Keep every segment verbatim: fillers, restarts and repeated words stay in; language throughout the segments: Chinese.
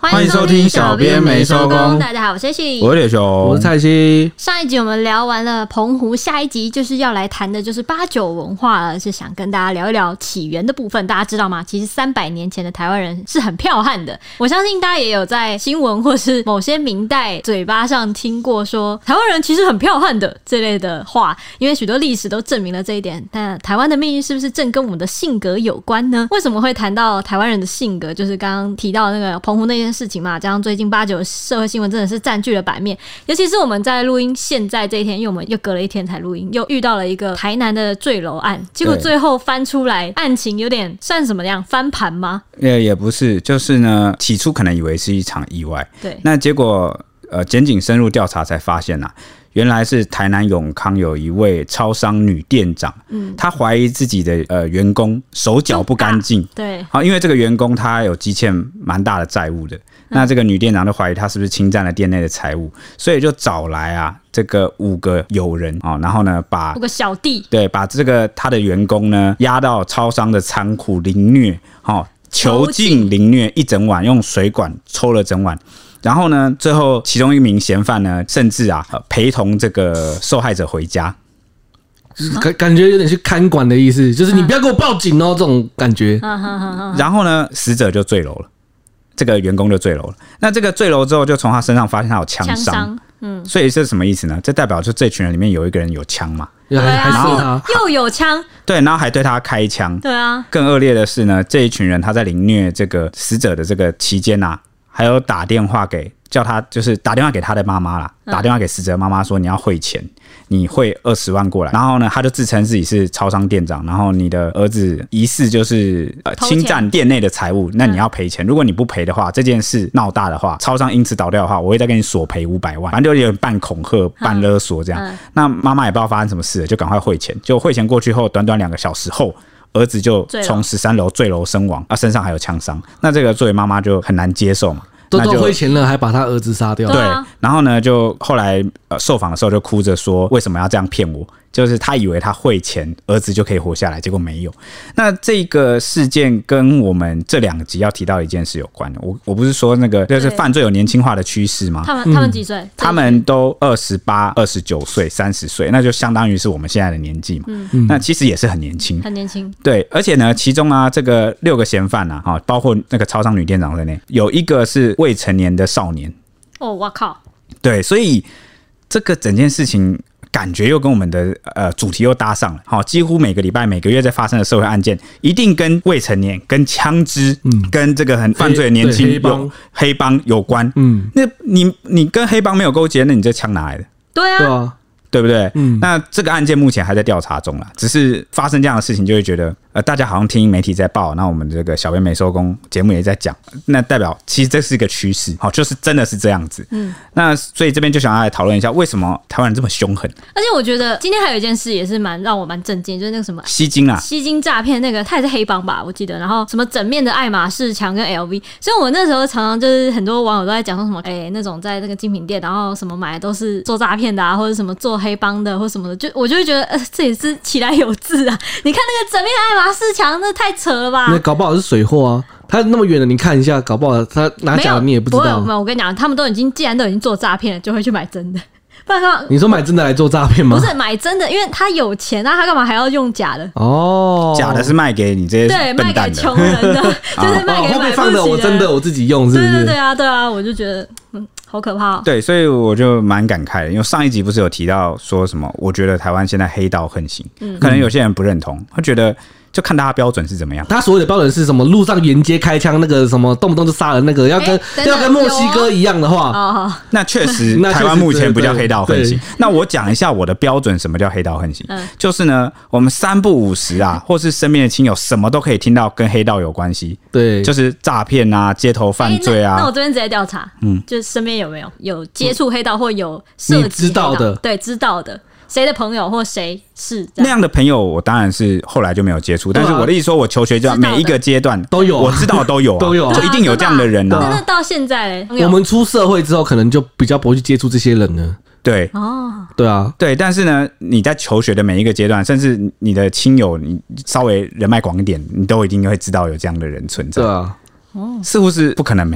欢迎收听小编没收工。 大家好，我是谢我是铁熊， 我是蔡西。 上一集我们聊完了澎湖，下一集就是要来谈的就是八九文化了，是想跟大家聊一聊起源的部分。大家知道吗？其实三百年前的台湾人是很剽悍的。我相信大家也有在新闻或是某些明代嘴巴上听过说台湾人其实很剽悍的这类的话，因为许多历史都证明了这一点。但台湾的命运是不是正跟我们的性格有关呢？为什么会谈到台湾人的性格？就是刚刚提到那个澎湖那件事情嘛，加上最近八九社会新闻真的是占据了版面，尤其是我们在录音现在这一天，因为我们又隔了一天才录音，又遇到了一个台南的坠楼案，结果最后翻出来案情有点算什么样翻盘吗？ 也也不是，就是呢，起初可能以为是一场意外， 对， 那结果呃，检警深入调查才发现啊，原来是台南永康有一位超商女店长，嗯，她怀疑自己的呃员工手脚不干净， 对， 好，因为这个员工他有积欠蛮大的债务的，那这个女店长就怀疑他是不是侵占了店内的财物，所以就找来啊这个五个友人哦，然后呢把五个小弟， 对，把这个他的员工呢押到超商的仓库凌虐，哦，囚禁凌虐一整晚，用水管抽了整晚。然后呢，最后其中一名嫌犯呢，甚至啊陪同这个受害者回家， 感感觉有点是看管的意思，就是你不要给我报警哦，这种感觉。 然后呢，死者就坠楼了，这个员工就坠楼了。那这个坠楼之后，就从他身上发现他有枪伤，嗯，所以这是什么意思呢？这代表就这群人里面有一个人有枪嘛， 对啊， 还射他， 又有枪， 对，然后还对他开枪， 对啊。 更恶劣的是呢，这一群人他在凌虐这个死者的这个期间啊，还有打电话给叫他，就是打电话给他的妈妈啦，打电话给死者妈妈说你要汇钱，你汇二十万过来。然后呢，他就自称自己是超商店长，然后你的儿子疑似就是呃侵占店内的财物，那你要赔钱。如果你不赔的话，这件事闹大的话，超商因此倒掉的话，我会再跟你索赔五百万。反正就有点半恐吓、半勒索这样。嗯、那妈妈也不知道发生什么事了，就赶快汇钱。就汇钱过去后，短短两个小时后，儿子就从十三楼坠楼身亡，啊，身上还有枪伤。那这个作为妈妈就很难接受嘛。 都都汇钱了，还把他儿子杀掉。 对，然后呢，就后来呃受访的时候就哭着说，为什么要这样骗我？就是他以为他汇钱，儿子就可以活下来，结果没有。那这个事件跟我们这两集要提到一件事有关。我我不是说那个就是犯罪有年轻化的趋势吗？ 他们他们几岁？ 他们都二十八、二十九岁、三十岁，那就相当于是我们现在的年纪嘛。嗯，那其实也是很年轻， 很年轻。 对，而且呢，其中啊，这个六个嫌犯啊，哈，包括那个超商女店长在内，有一个是未成年的少年。 哦，我靠！ 对，所以这个整件事情感觉又跟我们的呃主题又搭上了。好，几乎每个礼拜、每个月在发生的社会案件，一定跟未成年、跟枪支、嗯、跟这个很犯罪的年轻有黑帮有关。嗯，那你你跟黑帮没有勾结，那你这枪哪来的？ 对啊。 对啊， 对不对？嗯，那这个案件目前还在调查中啦，只是发生这样的事情，就会觉得，呃，大家好像听媒体在报，那我们这个小编没收工节目也在讲，那代表其实这是一个趋势，好，就是真的是这样子。嗯，那所以这边就想要来讨论一下，为什么台湾人这么凶狠？ 而且我觉得今天还有一件事也是蛮让我蛮震惊，就是那个什么吸金啊， 吸金诈骗那个，他也是黑帮吧，我记得，然后什么整面的爱马仕墙跟 L V， 所以我那时候常常就是很多网友都在讲说什么，哎、欸，那种在那个精品店，然后什么买的都是做诈骗的啊，或者什么做黑帮的，或什么。就我就会觉得，呃，这也是起来有字啊！你看那个整面爱马仕墙，那太扯了吧？ 那搞不好是水货啊！他那么远的，你看一下，搞不好他拿假的你也不知道。 没有，我跟你讲，他们都已经既然都已经做诈骗了，就会去买真的。不然他你说买真的来做诈骗吗？ 不是买真的，因为他有钱啊，他干嘛还要用假的？ 哦， 假的是卖给你这些对， 笨蛋的， 卖给穷人的，就是卖给买不起的。 后面放的我真的我自己用，是不是？ 对对对啊，对啊，我就觉得嗯。好可怕、哦！ 对，所以我就蛮感慨的，因为上一集不是有提到说什么？我觉得台湾现在黑道横行，嗯、可能有些人不认同，他觉得就看他的标准是怎么样。 他所谓的标准是什么？路上沿街开枪，那个什么动不动就杀人，那个要跟、欸、要跟墨西哥一样的话， 哦、 那确实台湾目前不叫黑道横行。那我讲一下我的标准，什么叫黑道横行？嗯、就是呢，我们三不五时啊，或是身边的亲友，什么都可以听到跟黑道有关系。对，就是诈骗啊、街头犯罪啊、 欸那。那我这边直接调查，嗯，就是身边有没有有接触黑道或有涉及黑道， 你知道的， 对，知道的。谁的朋友或谁是那样的朋友，我当然是后来就没有接触。但是我的意思说，我求学阶段每一个阶段都有、啊， 我知道都有、啊， 都有、啊， 就一定有这样的人啊。 那到现在嘞， 我们出社会之后，可能就比较不会去接触这些人了。 对， 哦， 对啊， 对。但是呢，你在求学的每一个阶段，甚至你的亲友，你稍微人脉广一点，你都一定会知道有这样的人存在。 对啊， 似乎是不可能没有吧？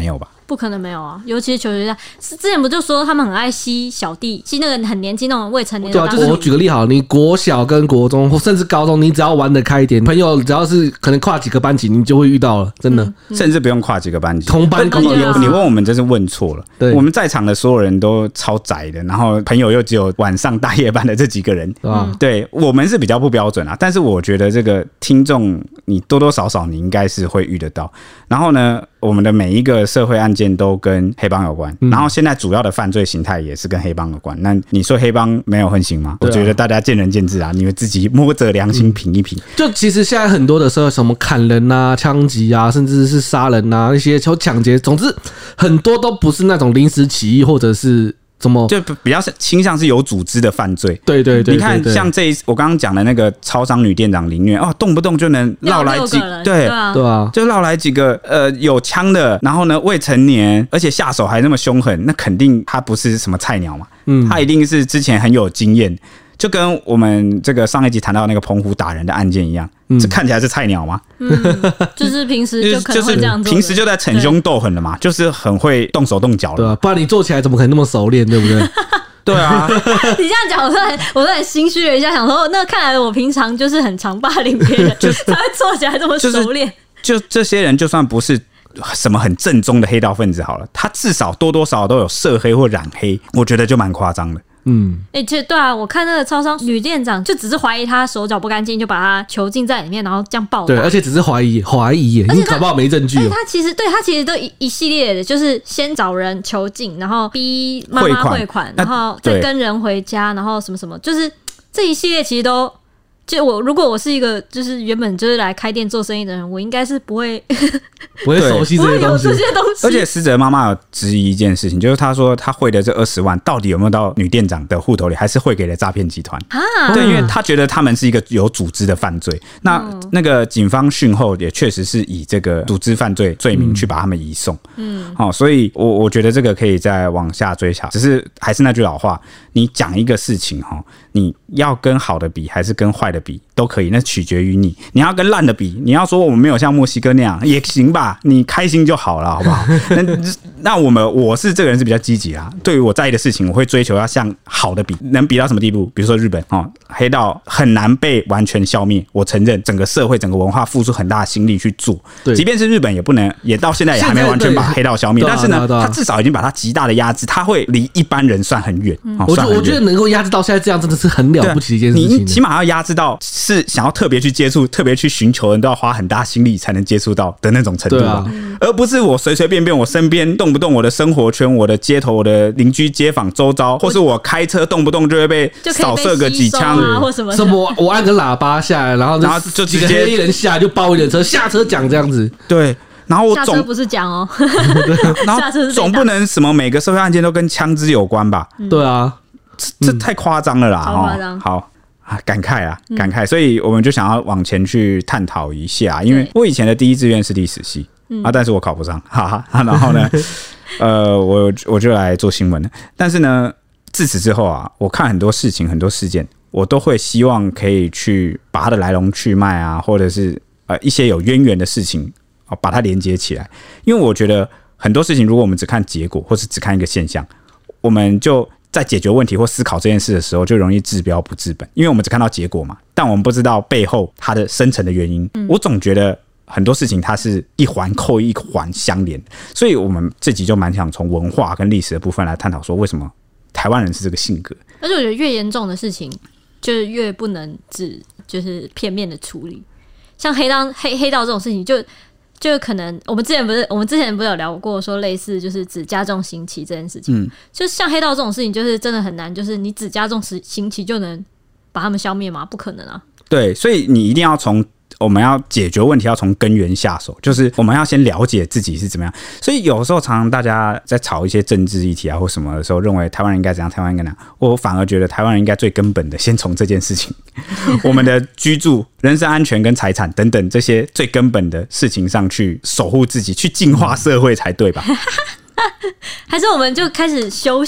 不可能没有啊，尤其是求学家，之前不就说他们很爱吸小弟，吸那个很年轻那种未成年的。 对啊，就是我举个例好，你国小跟国中或甚至高中，你只要玩得开一点，朋友只要是可能跨几个班级，你就会遇到了，真的，嗯嗯、甚至不用跨几个班级， 同班同你你问我们真是问错了。对，我们在场的所有人都超宅的，然后朋友又只有晚上大夜班的这几个人，嗯、对我们是比较不标准啊。但是我觉得这个听众，你多多少少你应该是会遇得到。然后呢，我们的每一个社会案件都跟黑帮有关，嗯、然后现在主要的犯罪形态也是跟黑帮有关。那你说黑帮没有横行吗？啊、我觉得大家见仁见智啊，你们自己摸着良心品一品。嗯、 就其实现在很多的时候，什么砍人啊、枪击啊，甚至是杀人啊，一些抢劫，总之很多都不是那种临时起意，或者是。怎么就比较倾向是有组织的犯罪？ 对对 对, 对， 你看像这一我刚刚讲的那个超商女店长凌虐哦，动不动就能绕来几对对啊， 就绕来几个呃有枪的，然后呢未成年，而且下手还那么凶狠，那肯定他不是什么菜鸟嘛，嗯，他一定是之前很有经验。就跟我们这个上一集谈到那个澎湖打人的案件一样，嗯、这看起来是菜鸟吗？ 嗯，就是平时就可能会这样做， 平时就在逞凶斗狠的嘛，就是很会动手动脚的， 对啊，不然你做起来怎么可能那么熟练，对不对？ 对啊， 你这样讲，我突然我突然心虚了一下，想说，那看来我平常就是很常霸凌别人，就是才会做起来这么熟练。 就这些人，就算不是什么很正宗的黑道分子好了，他至少多多少少都有涉黑或染黑，我觉得就蛮夸张的。 嗯， 哎、欸，其实对啊，我看那个超商女店长就只是怀疑她手脚不干净，就把她囚禁在里面，然后这样暴打。 对，而且只是怀疑，怀疑耶，你搞不好没证据。 而且她其实对她其实都一一系列的，就是先找人囚禁，然后逼妈妈汇款，然后再跟人回家，然后什么什么，就是这一系列其实都。就我如果我是一个就是原本就是来开店做生意的人，我应该是不会不会熟悉这些东西， 这些东西。 而且死者妈妈有质疑一件事情，就是她说她汇的这二十万到底有没有到女店长的户头里，还是汇给了诈骗集团啊？对，因为她觉得他们是一个有组织的犯罪。那、嗯、那个警方讯后也确实是以这个组织犯罪罪名去把他们移送。嗯，好、哦，所以我我觉得这个可以再往下追查。只是还是那句老话，你讲一个事情哈，你要跟好的比还是跟坏的比都可以，那取决于你。你要跟烂的比，你要说我们没有像墨西哥那样也行吧，你开心就好了，好不好？那那我们我是这个人是比较积极啦，对于我在意的事情，我会追求要向好的比，能比到什么地步？比如说日本哦，黑道很难被完全消灭，我承认整个社会整个文化付出很大的心力去做，即便是日本也不能，也到现在也还没完全把黑道消灭，但是呢，他至少已经把它极大的压制，他会离一般人算很远。嗯哦、 我觉得我觉得能够压制到现在这样，真的是很了不起的一件事情。 你起码要压制到是想要特别去接触、特别去寻求的人都要花很大心力才能接触到的那种程度吧，啊、而不是我随随便便我身边动不动我的生活圈、我的街头、我的邻居街坊周遭，或是我开车动不动就会被扫射个几枪啊，或什么什么，我按个喇叭下来，然后然后就直接一人下来就包一人车，下车讲这样子， 对。然后我总下车不是讲哦， 然后总不能什么每个社会案件都跟枪支有关吧？ 嗯、对啊， 这, 这太夸张了啦！ 超夸张， 好。感慨啊，感慨，所以我们就想要往前去探讨一下，因为我以前的第一志愿是历史系、嗯、啊，但是我考不上，哈哈。然后呢，呃，我我就来做新闻了。但是呢，自此之后啊，我看很多事情、很多事件，我都会希望可以去把它的来龙去脉啊，或者是呃一些有渊源的事情啊，把它连接起来。因为我觉得很多事情，如果我们只看结果，或是只看一个现象，我们就在解决问题或思考这件事的时候，就容易治标不治本，因为我们只看到结果嘛，但我们不知道背后它的深层的原因。嗯、我总觉得很多事情它是一环扣一环相连，所以我们这集就蛮想从文化跟历史的部分来探讨，说为什么台湾人是这个性格。 而且我觉得越严重的事情，就是越不能只就是片面的处理，像黑道黑黑道这种事情就。就可能我们之前不是我们之前不是有聊过说类似就是只加重刑期这件事情，嗯，就像黑道这种事情，就是真的很难，就是你只加重刑期就能把他们消灭吗？不可能啊！对， 所以你一定要从我们要解决问题要从根源下手，就是我们要先了解自己是怎么样。所以有时候常常大家在吵一些政治议题啊或什么的时候，认为台湾人应该怎样，台湾人应该怎样，我反而觉得台湾人应该最根本的先从这件事情我们的居住、人身安全跟财产等等这些最根本的事情上去守护自己，去净化社会才对吧？ 还是我们就开始修行，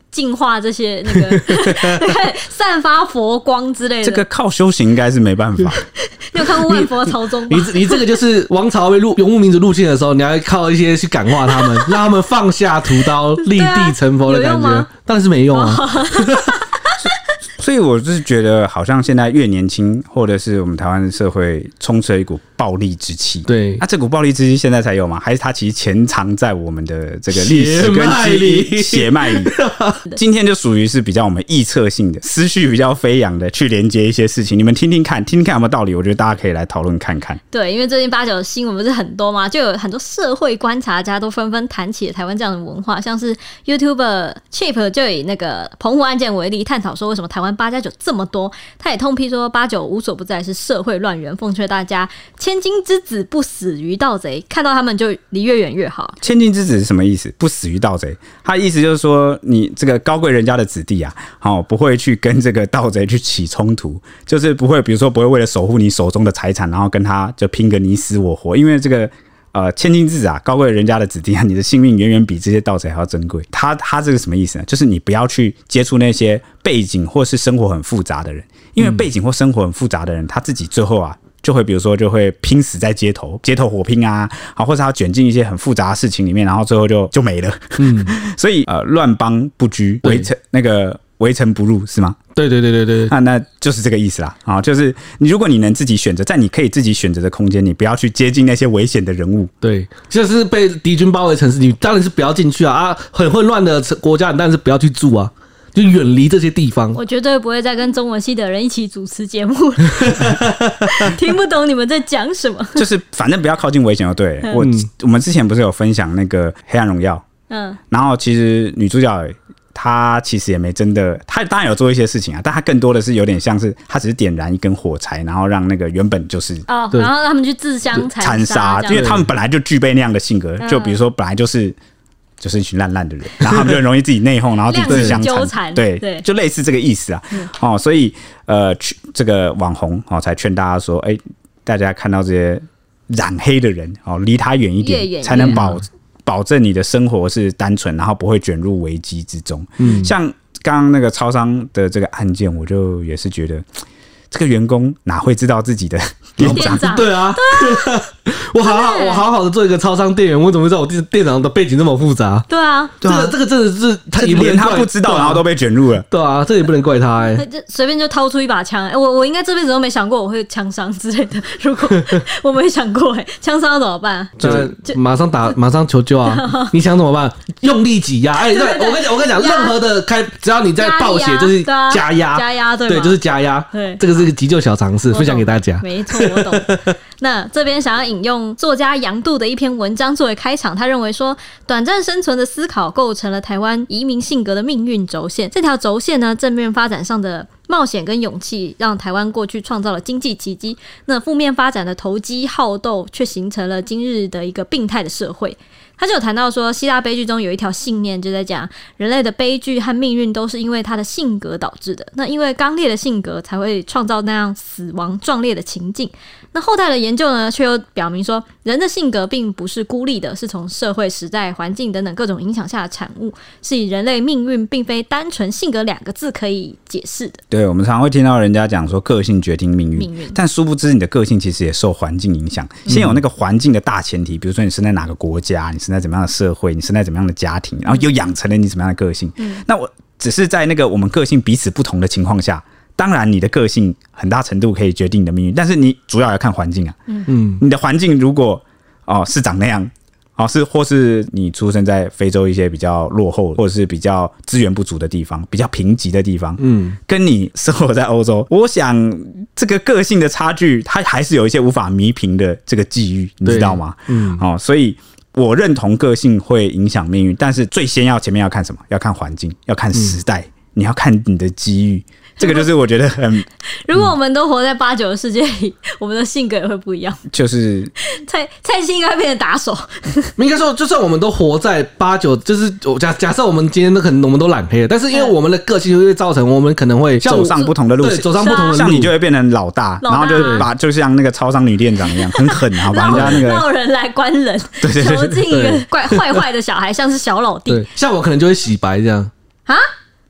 净化这些那个散发佛光之类的。 这个靠修行应该是没办法。 你有看过万佛朝宗吗？ 你你这个就是王朝被入游牧民族入侵的时候，你要靠一些去感化他们，让他们放下屠刀，立地成佛的感觉。当然是没用啊。 所以我就是觉得，好像现在越年轻，或者是我们台湾的社会充斥了一股暴力之气。 对， 那、啊、这股暴力之气现在才有吗？还是它其实潜藏在我们的这个历史跟记忆血脉里？今天就属于是比较我们臆测性的、思绪比较飞扬的去连接一些事情。你们听听看，听听看有没有道理？我觉得大家可以来讨论看看。 对，因为最近八九的新闻不是很多嘛，就有很多社会观察家都纷纷谈起了台湾这样的文化，像是 YouTuber Chip 就以那个澎湖案件为例，探讨说为什么台湾八加九这么多。他也痛批说八九无所不在是社会乱源，奉劝大家千金之子不死于盗贼，看到他们就离越远越好。 千金之子是什么意思？不死于盗贼。他的意思就是说，你这个高贵人家的子弟啊，哦，不会去跟这个盗贼去起冲突，就是不会，比如说不会为了守护你手中的财产，然后跟他就拼个你死我活，因为这个。呃，千金之子啊，高贵人家的子弟啊，你的性命远远比这些盗贼还要珍贵。他他这个什么意思呢？就是你不要去接触那些背景或是生活很复杂的人，因为背景或生活很复杂的人，他自己最后啊，就会比如说就会拼死在街头，街头火拼啊，好，或者他卷进一些很复杂的事情里面，然后最后就就没了。嗯，所以呃，乱邦不居，围城那个。围城不入是吗？ 对对对对对， 那那就是这个意思啦。啊，就是你如果你能自己选择，在你可以自己选择的空间，你不要去接近那些危险的人物。 对，就是被敌军包围城市，你当然是不要进去啊！啊，很混乱的国家，你当然是不要去住啊，就远离这些地方。 我绝对不会再跟中文系的人一起主持节目了，听不懂你们在讲什么。 就是反正不要靠近危险就对了。我我们之前不是有分享那个《黑暗荣耀》，嗯，然后其实女主角。他其实也没真的，他当然有做一些事情啊，但他更多的是有点像是，他只是点燃一根火柴，然后让那个原本就是哦，然后他们去自相残杀， 因为他们本来就具备那样的性格，就比如说本来就是就是一群烂烂的人，然后他们就很容易自己内讧，然后自己自相残，对对，就类似这个意思啊。哦，所以呃，这个网红哦才劝大家说，哎、欸，大家看到这些染黑的人哦，离他远一点，才能保。保证你的生活是单纯，然后不会卷入危机之中。嗯，像刚刚那个超商的这个案件，我就也是觉得，这个员工哪会知道自己的店长？ 对啊，对啊我好好我好好的做一个超商店员，我怎么会知道我店长的背景这么复杂？ 对啊， 这个这个真的是他也连他不知道，然后都被卷入了。 对啊，这也不能怪他哎、 欸，随便就掏出一把枪、欸，我我应该这辈子都没想过我会枪伤之类的。如果我没想过哎、欸，枪伤要怎么办？ 就就马上打，马上求救啊！你想怎么办？用力挤压！哎、欸，对我跟你讲，我跟你讲，任何的开，只要你在暴血，就是加压， 加压对， 对，就是加压。对，这个是个急救小常识，分享给大家。 没错，我懂。那这边想要引用作家杨度的一篇文章作为开场，他认为说，短暂生存的思考构成了台湾移民性格的命运轴线。这条轴线呢，正面发展上的冒险跟勇气，让台湾过去创造了经济奇迹；那负面发展的投机好斗，却形成了今日的一个病态的社会。他就有谈到说，希腊悲剧中有一条信念，就在讲人类的悲剧和命运都是因为他的性格导致的。那因为刚烈的性格才会创造那样死亡壮烈的情境。那后代的研究呢，却又表明说，人的性格并不是孤立的，是从社会、时代、环境等等各种影响下的产物，是以人类命运并非单纯性格两个字可以解释的。 对，我们常会听到人家讲说，个性决定命运，命运但殊不知你的个性其实也受环境影响。先有那个环境的大前提，比如说你生在哪个国家，你生在怎么样的社会，你生在怎么样的家庭，然后又养成了你怎么样的个性。嗯、那我只是在那个我们个性彼此不同的情况下。当然，你的个性很大程度可以决定你的命运，但是你主要要看环境啊。嗯，你的环境如果哦是长那样，哦是或是你出生在非洲一些比较落后或者是比较资源不足的地方，比较贫瘠的地方，嗯，跟你生活在欧洲，我想这个个性的差距，它还是有一些无法弥平的这个际遇，你知道吗？嗯，哦，所以。我认同个性会影响命运，但是最先要前面要看什么？要看环境，要看时代，嗯、你要看你的机遇。这个就是我觉得很。 如果我们都活在八九的世界里，我们的性格也会不一样。 就是蔡蔡心应该变成打手。 应该说，就算我们都活在八九，就是假假设我们今天都可能我们都染黑了，但是因为我们的个性会造成我们可能会走上不同的路， 对，走上不同的路， 像你就会变成老大， 老大然后就把就像那个超商女店长一样，很狠啊，把人家那个闹人来关人，囚禁一个怪坏坏的小孩，像是小老弟。 对，像我可能就会洗白这样。 啊？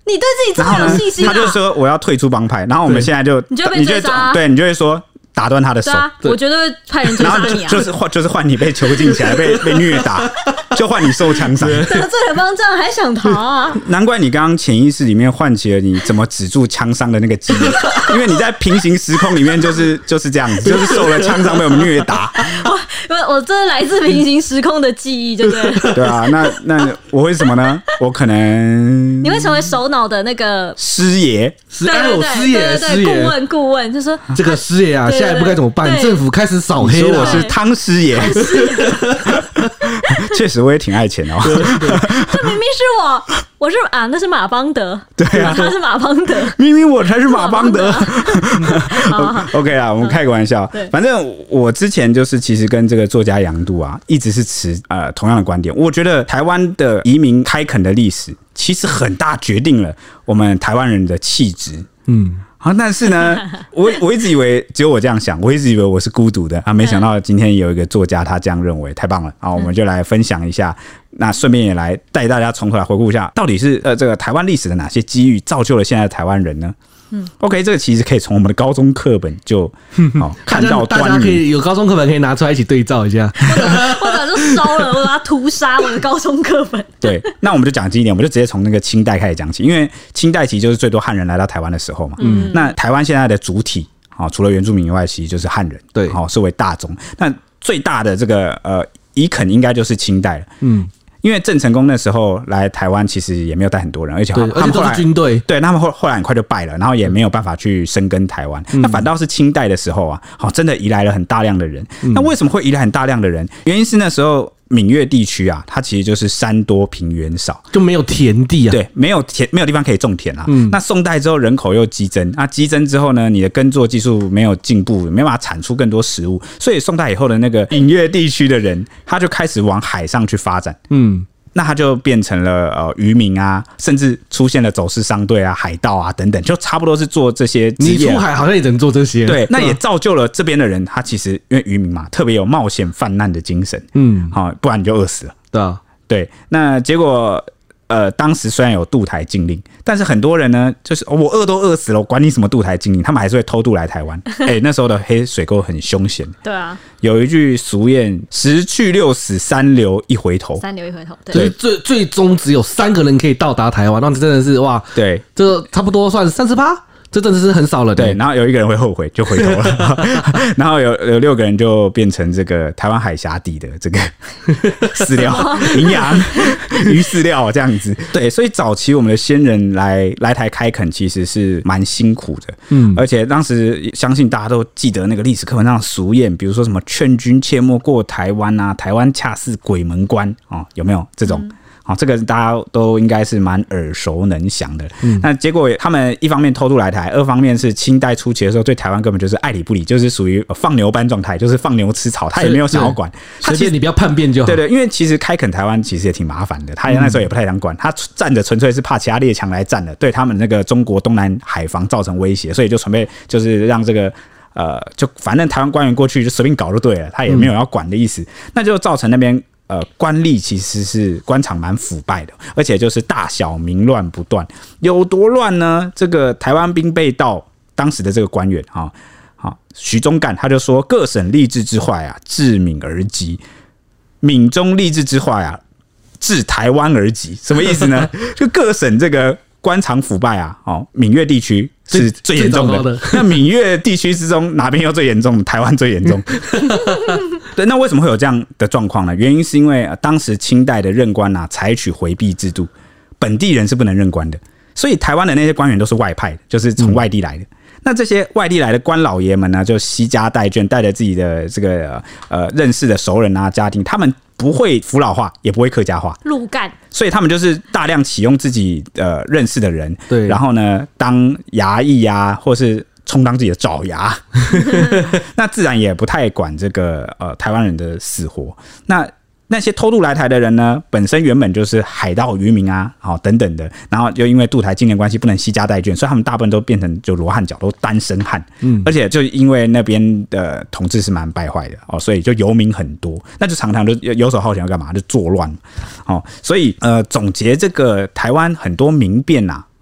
你对自己这么有信心、啊、 他就说我要退出帮派，然后我们现在就你就被追杀、啊， 对你就会说打断他的手， 对啊，我绝对会派人追杀你啊！ 就就是换就是换你被囚禁起来，被被虐打，就换你受枪伤。 得罪了方丈还想逃啊？ 难怪你刚刚潜意识里面唤起了你怎么止住枪伤的那个记忆，因为你在平行时空里面就是就是这样子，就是受了枪伤被我们虐打。 我我这是来自平行时空的记忆，对不对？ 对啊，那那我会什么呢？我可能你会成为首脑的那个师爷， 师哎我师爷师爷顾问顾问，就说这个师爷啊，下一步该怎么办？政府开始扫黑了。 我是汤师爷，确实我也挺爱钱哦。 这明明是我，我是啊，那是马邦德， 对啊， 他是马邦德， 明明我才是马邦德。OK 啦，我们开个玩笑。反正我之前就是其实跟这个作家杨度啊，一直是持呃同样的观点。我觉得台湾的移民开垦的历史，其实很大决定了我们台湾人的气质。嗯。好，但是呢，我我一直以为只有我这样想，我一直以为我是孤独的啊，没想到今天有一个作家他这样认为，太棒了啊！我们就来分享一下，那顺便也来带大家从头来回顾一下，到底是呃这个台湾历史的哪些机遇造就了现在的台湾人呢？嗯 ，OK， 这个其实可以从我们的高中课本就哦看到端倪， 大家可以有高中课本可以拿出来一起对照一下， 或者就烧了，我把它屠杀我的高中课本。 对，那我们就讲近一点，我们就直接从那个清代开始讲起，因为清代其实就是最多汉人来到台湾的时候嘛。嗯，那台湾现在的主体啊，除了原住民以外，其实就是汉人，对，好是为大宗。那最大的这个呃移垦应该就是清代了。嗯。因为郑成功那时候来台湾，其实也没有带很多人，而且他们后来军队， 对，他们后后来很快就败了，然后也没有办法去深耕台湾。嗯、那反倒是清代的时候啊，好，真的移来了很大量的人。嗯、那为什么会移来很大量的人？原因是那时候闽粤地区啊，它其实就是山多平原少， 就没有田地啊， 对，没有田，没有地方可以种田啊。嗯、那宋代之后人口又激增，那激增之后呢，你的耕作技术没有进步，没办法产出更多食物，所以宋代以后的那个闽粤地区的人，他就开始往海上去发展。嗯。那他就变成了呃渔民啊，甚至出现了走私商队啊、海盗啊等等，就差不多是做这些职业。 你出海好像也只能做这些， 对，那也造就了这边的人，他其实因为渔民嘛，特别有冒险犯难的精神，嗯，好，不然你就饿死了。 对啊， 对，那结果。呃，当时虽然有渡台禁令，但是很多人呢，就是、哦、我饿都饿死了，我管你什么渡台禁令，他们还是会偷渡来台湾。哎、欸，那时候的黑水沟很凶险。 对啊， 有一句俗谚：“十去六死，三流一回头。” 三流一回头，对， 所以最最终只有三个人可以到达台湾，那真的是哇， 对， 这差不多算三十趴。这真的是很少了， 对。然后有一个人会后悔，就回头了。然后有有六个人就变成这个台湾海峡底的这个饲料、营养鱼饲料这样子。对，所以早期我们的先人来来台开垦，其实是蛮辛苦的。嗯，而且当时相信大家都记得那个历史课本上的俗谚，比如说什么“劝君切莫过台湾”啊，“台湾恰似鬼门关”哦，有没有这种？嗯好，这个大家都应该是蛮耳熟能详的。嗯、那结果他们一方面偷渡来台，二方面是清代初期的时候对台湾根本就是爱理不理，就是属于放牛班状态，就是放牛吃草，他也没有想要管。 随便你不要叛变就好。 对对，因为其实开垦台湾其实也挺麻烦的，他那时候也不太想管，他站着纯粹是怕其他列强来占了，对他们那个中国东南海防造成威胁，所以就准备就是让这个。呃，就反正台湾官员过去就随便搞就对了，他也没有要管的意思，嗯、那就造成那边呃官吏其实是官场蛮腐败的，而且就是大小民乱不断，有多乱呢？这个台湾兵备道当时的这个官员哈，好、哦、徐宗干他就说，各省吏治之坏啊，治闽而极；闽中吏治之坏啊，治台湾而极。什么意思呢？就各省这个官场腐败啊，哦，闽粤地区。是最严重的。的那闽粤地区之中，哪边又最严重？台湾最严重。对，那为什么会有这样的状况呢？原因是因为、呃、当时清代的任官啊，采取回避制度，本地人是不能任官的，所以台湾的那些官员都是外派的，就是从外地来的。嗯、那这些外地来的官老爷们呢，就携家带眷，带着自己的这个呃认识的熟人啊、家庭，他们不会福佬话，也不会客家话， 路干， 所以他们就是大量启用自己呃认识的人，对，然后呢当衙役啊，或是充当自己的爪牙，那自然也不太管这个呃台湾人的死活。那那些偷渡来台的人呢，本身原本就是海盗渔民啊，好、哦、等等的，然后又因为渡台禁令关系不能携家带眷，所以他们大部分都变成就罗汉脚，都单身汉。嗯，而且就因为那边的统治是蛮败坏的哦，所以就游民很多，那就常常就游手好闲要干嘛？就作乱。哦，所以呃，总结这个台湾很多民变啊。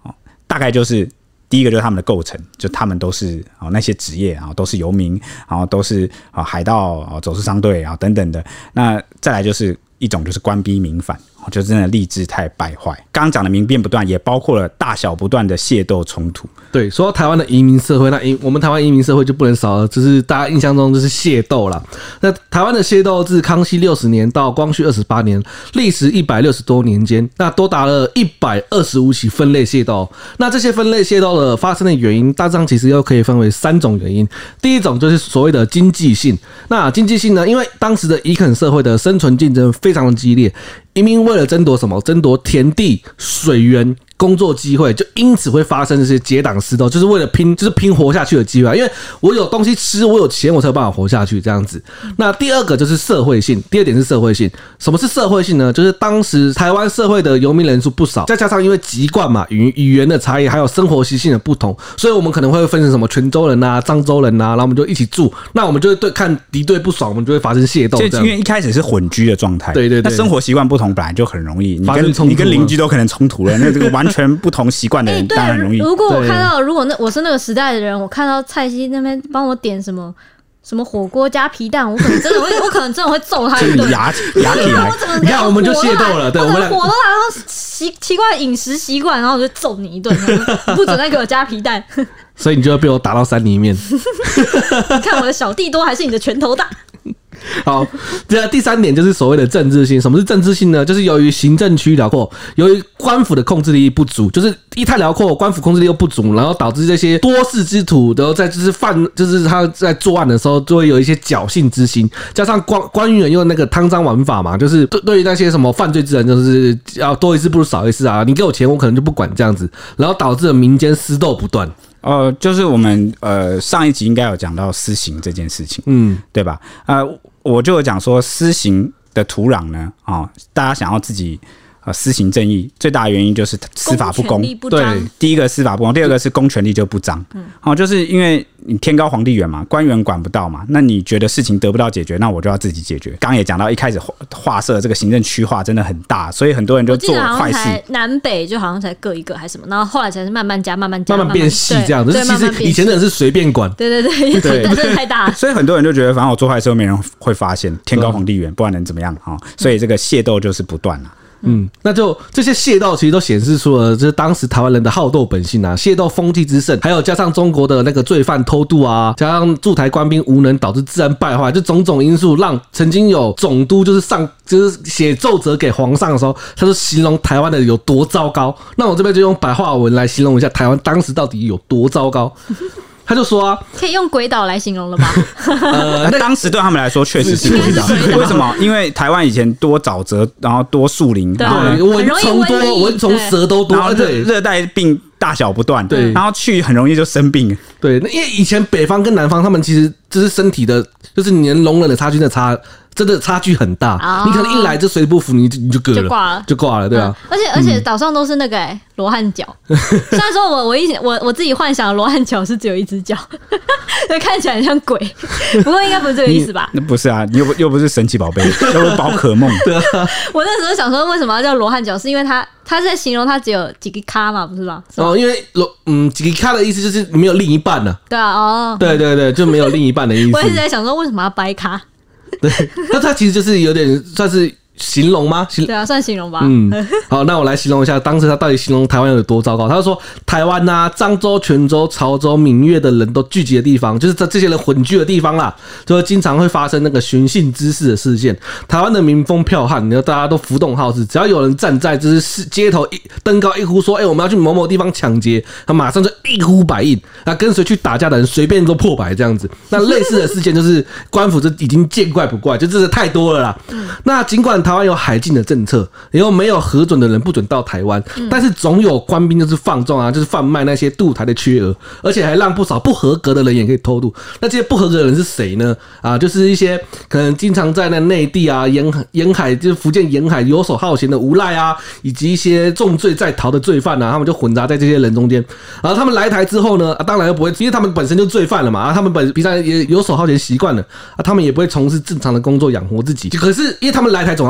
大概就是第一个就是他们的构成，就他们都是、哦、那些职业，然后都是游民，然后都是、哦、海盗、哦、走私商队啊等等的。那再来就是一种就是官逼民反，就真的吏治太败坏。刚刚讲的民变不断，也包括了大小不断的械斗冲突。 对，说到台湾的移民社会，那移我们台湾移民社会就不能少了，就是大家印象中就是械斗啦。那台湾的械斗自康熙六十年到光绪二十八年，历时一百六十多年间，那多达了一百二十五起分类械斗。那这些分类械斗的发生的原因，大致上其实又可以分为三种原因。第一种就是所谓的经济性。那经济性呢，因为当时的移垦社会的生存竞争非常的激烈，移民为了争夺什么？争夺田地、水源、工作机会，就因此会发生这些结党私斗，就是为了拼，就是拼活下去的机会。因为我有东西吃，我有钱，我才有办法活下去这样子。那第二个就是社会性，第二点是社会性。什么是社会性呢？就是当时台湾社会的游民人数不少，再加上因为籍贯嘛、语语言的差异，还有生活习性的不同，所以我们可能会分成什么泉州人啊、漳州人啊，然后我们就一起住。那我们就会对看敌对不爽，我们就会发生械斗。 就因为一开始是混居的状态， 对对对， 那生活习惯不同，本来就很容易，你跟发生冲突， 你跟邻居都可能冲突了。那这个完全不同习惯的人，当然很容易。 如果我看到，如果那我是那个时代的人，我看到蔡西那边帮我点什么什么火锅加皮蛋，我可能真的会，我可能真的会揍他一顿， 牙牙起来。 你看，我们就械斗了，对，我们火都来，然后奇奇怪的饮食习惯，然后我就揍你一顿，不准再给我加皮蛋。 所以你就会被我打到山里面。 你看我的小弟多还是你的拳头大？ 好，这第三点就是所谓的政治性。什么是政治性呢？就是由于行政区辽阔，由于官府的控制力不足，就是一太辽阔，官府控制力又不足，然后导致这些多事之徒，然后在就是犯，就是他在作案的时候，就会有一些侥幸之心，加上官官员用那个汤章玩法嘛，就是对对于那些什么犯罪之人，就是要多一事不如少一事啊，你给我钱，我可能就不管这样子，然后导致了民间私斗不断。 呃，就是我们呃上一集应该有讲到私刑这件事情，嗯，对吧？呃，我就有讲说私刑的土壤呢，哦，大家想要自己呃施行正义，最大的原因就是司法不公。 不对， 第一个司法不公，第二个是公权力就不彰。嗯，哦，就是因为你天高皇帝远嘛，官员管不到嘛，那你觉得事情得不到解决，那我就要自己解决。刚刚也讲到，一开始划设这个行政区划真的很大，所以很多人就做坏事。 南北就好像才各一个还是什么，然后后来才是慢慢加、慢慢加、 慢慢变细这样。就是其实以前的人是随便管， 对对对，对真的太大了。 所以很多人就觉得，反正我做坏事，没人会发现，天高皇帝远，不然能怎么样啊？所以这个械斗就是不断了。 嗯，那就这些械斗其实都显示出了就是当时台湾人的好斗本性啊，械斗风气之盛，还有加上中国的那个罪犯偷渡啊，加上驻台官兵无能导致治安败坏，就种种因素让曾经有总督就是上就是写奏折给皇上的时候，他就形容台湾的有多糟糕。那我这边就用白话文来形容一下台湾当时到底有多糟糕。他就说啊， 可以用鬼岛来形容了吧？ 呃，当时对他们来说确实是鬼岛。为什么？因为台湾以前多沼泽，然后多树林，然后蚊虫多，蚊虫蛇都多， 然后热热带病大小不断，对，然后去很容易就生病。 对，因为以前北方跟南方，他们其实就是身体的，就是你能容忍的差距的差。真的差距很大，哦、你可能一来就水土不服，你你就割了， 就挂了， 就挂了，对啊。 嗯、而且而且岛上都是那个哎罗汉脚，虽然说我我以前我我自己幻想罗汉脚是只有一只脚，所以看起来很像鬼，不过应该不是这个意思吧？ 那不是啊，你又不又不是神奇宝贝，又不是宝可梦。对啊， 我那时候想说为什么要叫罗汉脚，是因为它它在形容它只有几个咖嘛，不是吧？是吧哦，因为罗嗯几个咖的意思就是你没有另一半呢、啊。 对啊，哦， 对对对，就没有另一半的意思。 我一直在想说为什么要掰咖。 对，那它其实就是有点算是形容吗？ 对啊，算形容吧。 嗯，好，那我来形容一下当时他到底形容台湾有多糟糕。他就说，台湾呐、啊、漳州、泉州、潮州、闽粤的人都聚集的地方，就是这这些人混居的地方啦，就会经常会发生那个寻衅滋事的事件。台湾的民风剽悍，你知道大家都浮动好事，只要有人站在就是街头一登高一呼说，哎、欸，我们要去某某地方抢劫，他马上就一呼百应，那跟随去打架的人随便都破百这样子。那类似的事件就是官府这已经见怪不怪，就真的太多了啦。嗯、那尽管台湾有海禁的政策，然后没有核准的人不准到台湾，嗯、但是总有官兵就是放纵啊，就是贩卖那些渡台的缺额，而且还让不少不合格的人也可以偷渡。那这些不合格的人是谁呢？啊，就是一些可能经常在那内地啊、沿海、沿海就是福建沿海游手好闲的无赖啊，以及一些重罪在逃的罪犯啊，他们就混杂在这些人中间。然后他们来台之后呢，啊，当然又不会，因为他们本身就罪犯了嘛，啊，他们本平常也游手好闲习惯了，啊，他们也不会从事正常的工作养活自己。可是因为他们来台总要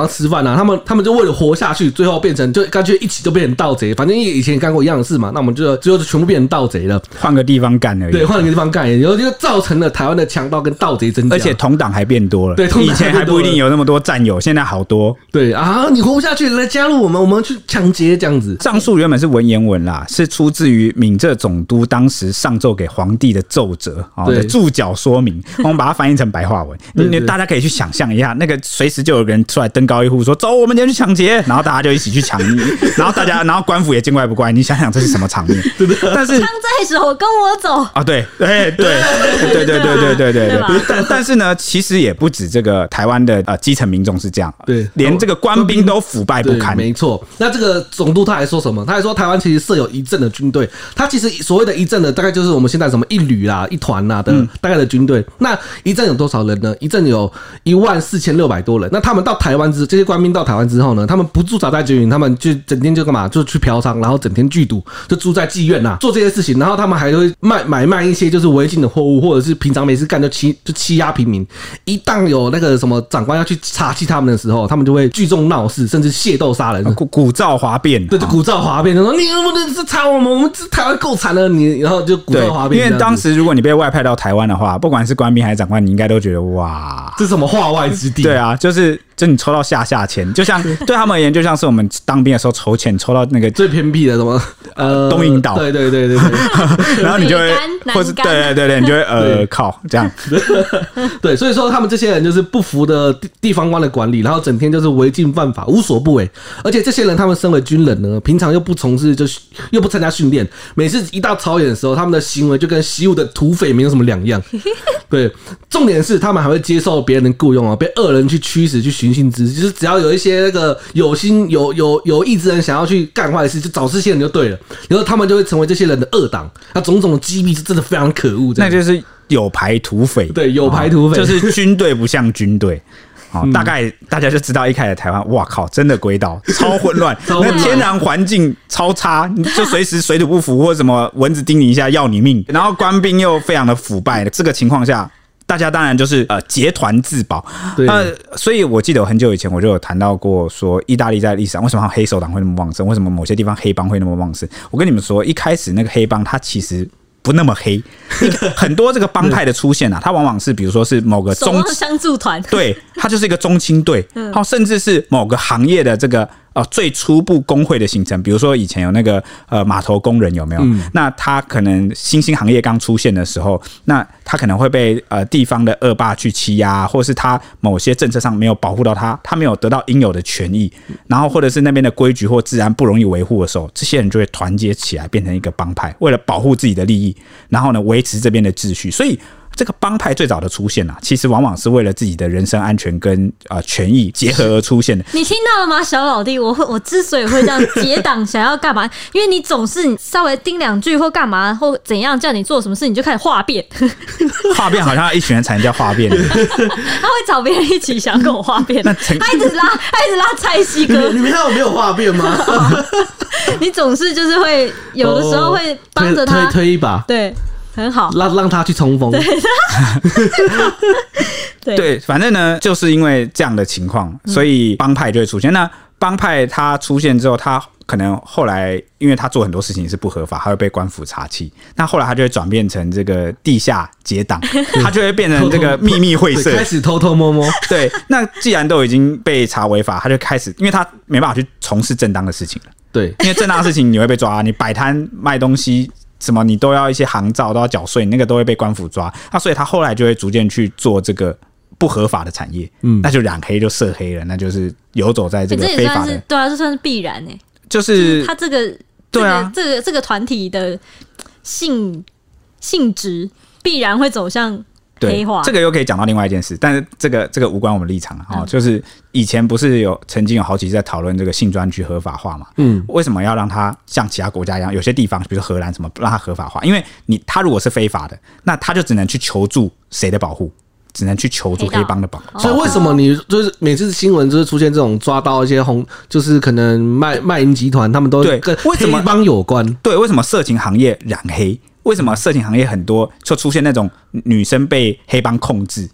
要吃饭啊，他们他们就为了活下去，最后变成就干脆一起就变成盗贼。反正以前干过一样的事嘛，那我们就最后就全部变成盗贼了， 换个地方干而已。 对，换个地方干，然后就造成了台湾的强盗跟盗贼增加， 而且同党还变多了。 对， 以前还不一定有那么多战友，现在好多。 对啊，你活不下去，来加入我们，我们去抢劫这样子。 上述原本是文言文啦，是出自于闽浙总督当时上奏给皇帝的奏折啊的注脚说明，我们把它翻译成白话文。你大家可以去想象一下，那个随时就有人出来登高一呼说：“走，我们今天去抢劫！”然后大家就一起去抢，然后大家，然后官府也见怪不怪。你想想这是什么场面？但是枪在手，跟我走啊！对，对，对，对，对，对，对，对，对，对。但但是呢，其实也不止这个台湾的呃基层民众是这样，对，连这个官兵都腐败不堪。 没错，那这个总督他还说什么？他还说台湾其实设有一镇的军队，他其实所谓的一镇的大概就是我们现在什么一旅啦、一团啦的、嗯、大概的军队。那一镇有多少人呢？一镇有一万四千六百多人。那他们到台湾之这些官兵到台湾之后呢，他们不驻扎在军营，他们就整天就干嘛？就去嫖娼，然后整天聚赌，就住在妓院呐，做这些事情。然后他们还会卖买卖一些就是违禁的货物，或者是平常没事干就欺就欺压平民。一旦有那个什么长官要去查缉他们的时候，他们就会聚众闹事，甚至械斗杀人， 鼓鼓噪哗变。 对，就鼓噪哗变，就说你不是查我们，我们台湾够惨了，你然后就鼓噪哗变。 因为当时如果你被外派到台湾的话，不管是官兵还是长官，你应该都觉得哇， 这是什么化外之地？ 对啊，就是就你抽到下下签，就像对他们而言，就像是我们当兵的时候抽签抽到那个最偏僻的什么呃东引岛， 对对对对对， 然后你就会或是对对对对，你就会呃靠这样， 对，所以说他们这些人就是不服的地方官的管理，然后整天就是违禁犯法，无所不为。而且这些人他们身为军人呢，平常又不从事就是又不参加训练，每次一到操演的时候，他们的行为就跟习武的土匪没有什么两样。对，重点是他们还会接受别人的雇佣啊，被恶人去驱使去寻衅滋事，就是只要有一些那个有心有有有意之人想要去干坏事，就找这些人就对了，然后他们就会成为这些人的恶党。那种种的机密是真的非常可恶， 那就是有牌土匪。 对，有牌土匪、 哦、就是军队不像军队。哦、大概大家就知道一开始台湾，哇靠，真的鬼岛超混乱，那天然环境超差，你就随时水土不服或者什么蚊子叮你一下要你命，然后官兵又非常的腐败，这个情况下，大家当然就是呃结团自保。呃，所以我记得我很久以前我就有谈到过，说意大利在历史上为什么黑手党会那么旺盛，为什么某些地方黑帮会那么旺盛？我跟你们说，一开始那个黑帮它其实不那么黑，很多这个帮派的出现啊，它往往是比如说是某个中守望相助团， 对，它就是一个中青队，好、嗯，甚至是某个行业的这个呃最初步工会的形成，比如说以前有那个呃码头工人有没有？嗯、那他可能新兴行业刚出现的时候，那他可能会被呃地方的恶霸去欺压，或是他某些政策上没有保护到他，他没有得到应有的权益，然后或者是那边的规矩或治安不容易维护的时候，这些人就会团结起来变成一个帮派，为了保护自己的利益，然后呢维持这边的秩序，所以。这个帮派最早的出现啊，其实往往是为了自己的人身安全跟呃权益结合而出现的。 你听到了吗，小老弟？我会，我之所以会这样结党，想要干嘛？因为你总是你稍微叮两句或干嘛或怎样，叫你做什么事，你就开始话变。 话变好像一群人才能叫话变。他会找别人一起想跟我话变，他一直拉，他一直拉蔡西哥。 你们看我没有话变吗？ 你总是就是会有的时候会帮着他、 哦、推, 推一把， 对。很好， 让让他去冲锋。 对， 对, 对，反正呢，就是因为这样的情况，所以帮派就会出现。嗯、那帮派它出现之后，他可能后来，因为他做很多事情是不合法，他会被官府查缉。那后来他就会转变成这个地下结党，他就会变成这个秘密会社， 开始偷偷摸摸。 对，那既然都已经被查违法，他就开始，因为他没办法去从事正当的事情了。 对， 因为正当的事情你会被抓，你摆摊卖东西。什么你都要一些行照都要缴税，那个都会被官府抓。那所以他后来就会逐渐去做这个不合法的产业，嗯，那就染黑就涉黑了，那就是游走在这个非法的。 欸、对啊，这算是必然哎、欸， 就是、 就是他这个对啊，这个这个团体的性性质必然会走向。黑化， 这个又可以讲到另外一件事，但是这个这个无关我们立场、嗯、就是以前不是有曾经有好几次在讨论这个性专区合法化嘛？嗯，为什么要让它像其他国家一样，有些地方比如说荷兰什么让它合法化？因为你他如果是非法的，那他就只能去求助谁的保护？只能去求助黑帮的保护。 所以为什么你就是每次新闻就是出现这种抓到一些红，就是可能卖卖淫集团，他们都跟黑帮有关？ 对，为什么色情行业染黑？为什么色情行业很多就出现那种女生被黑帮控制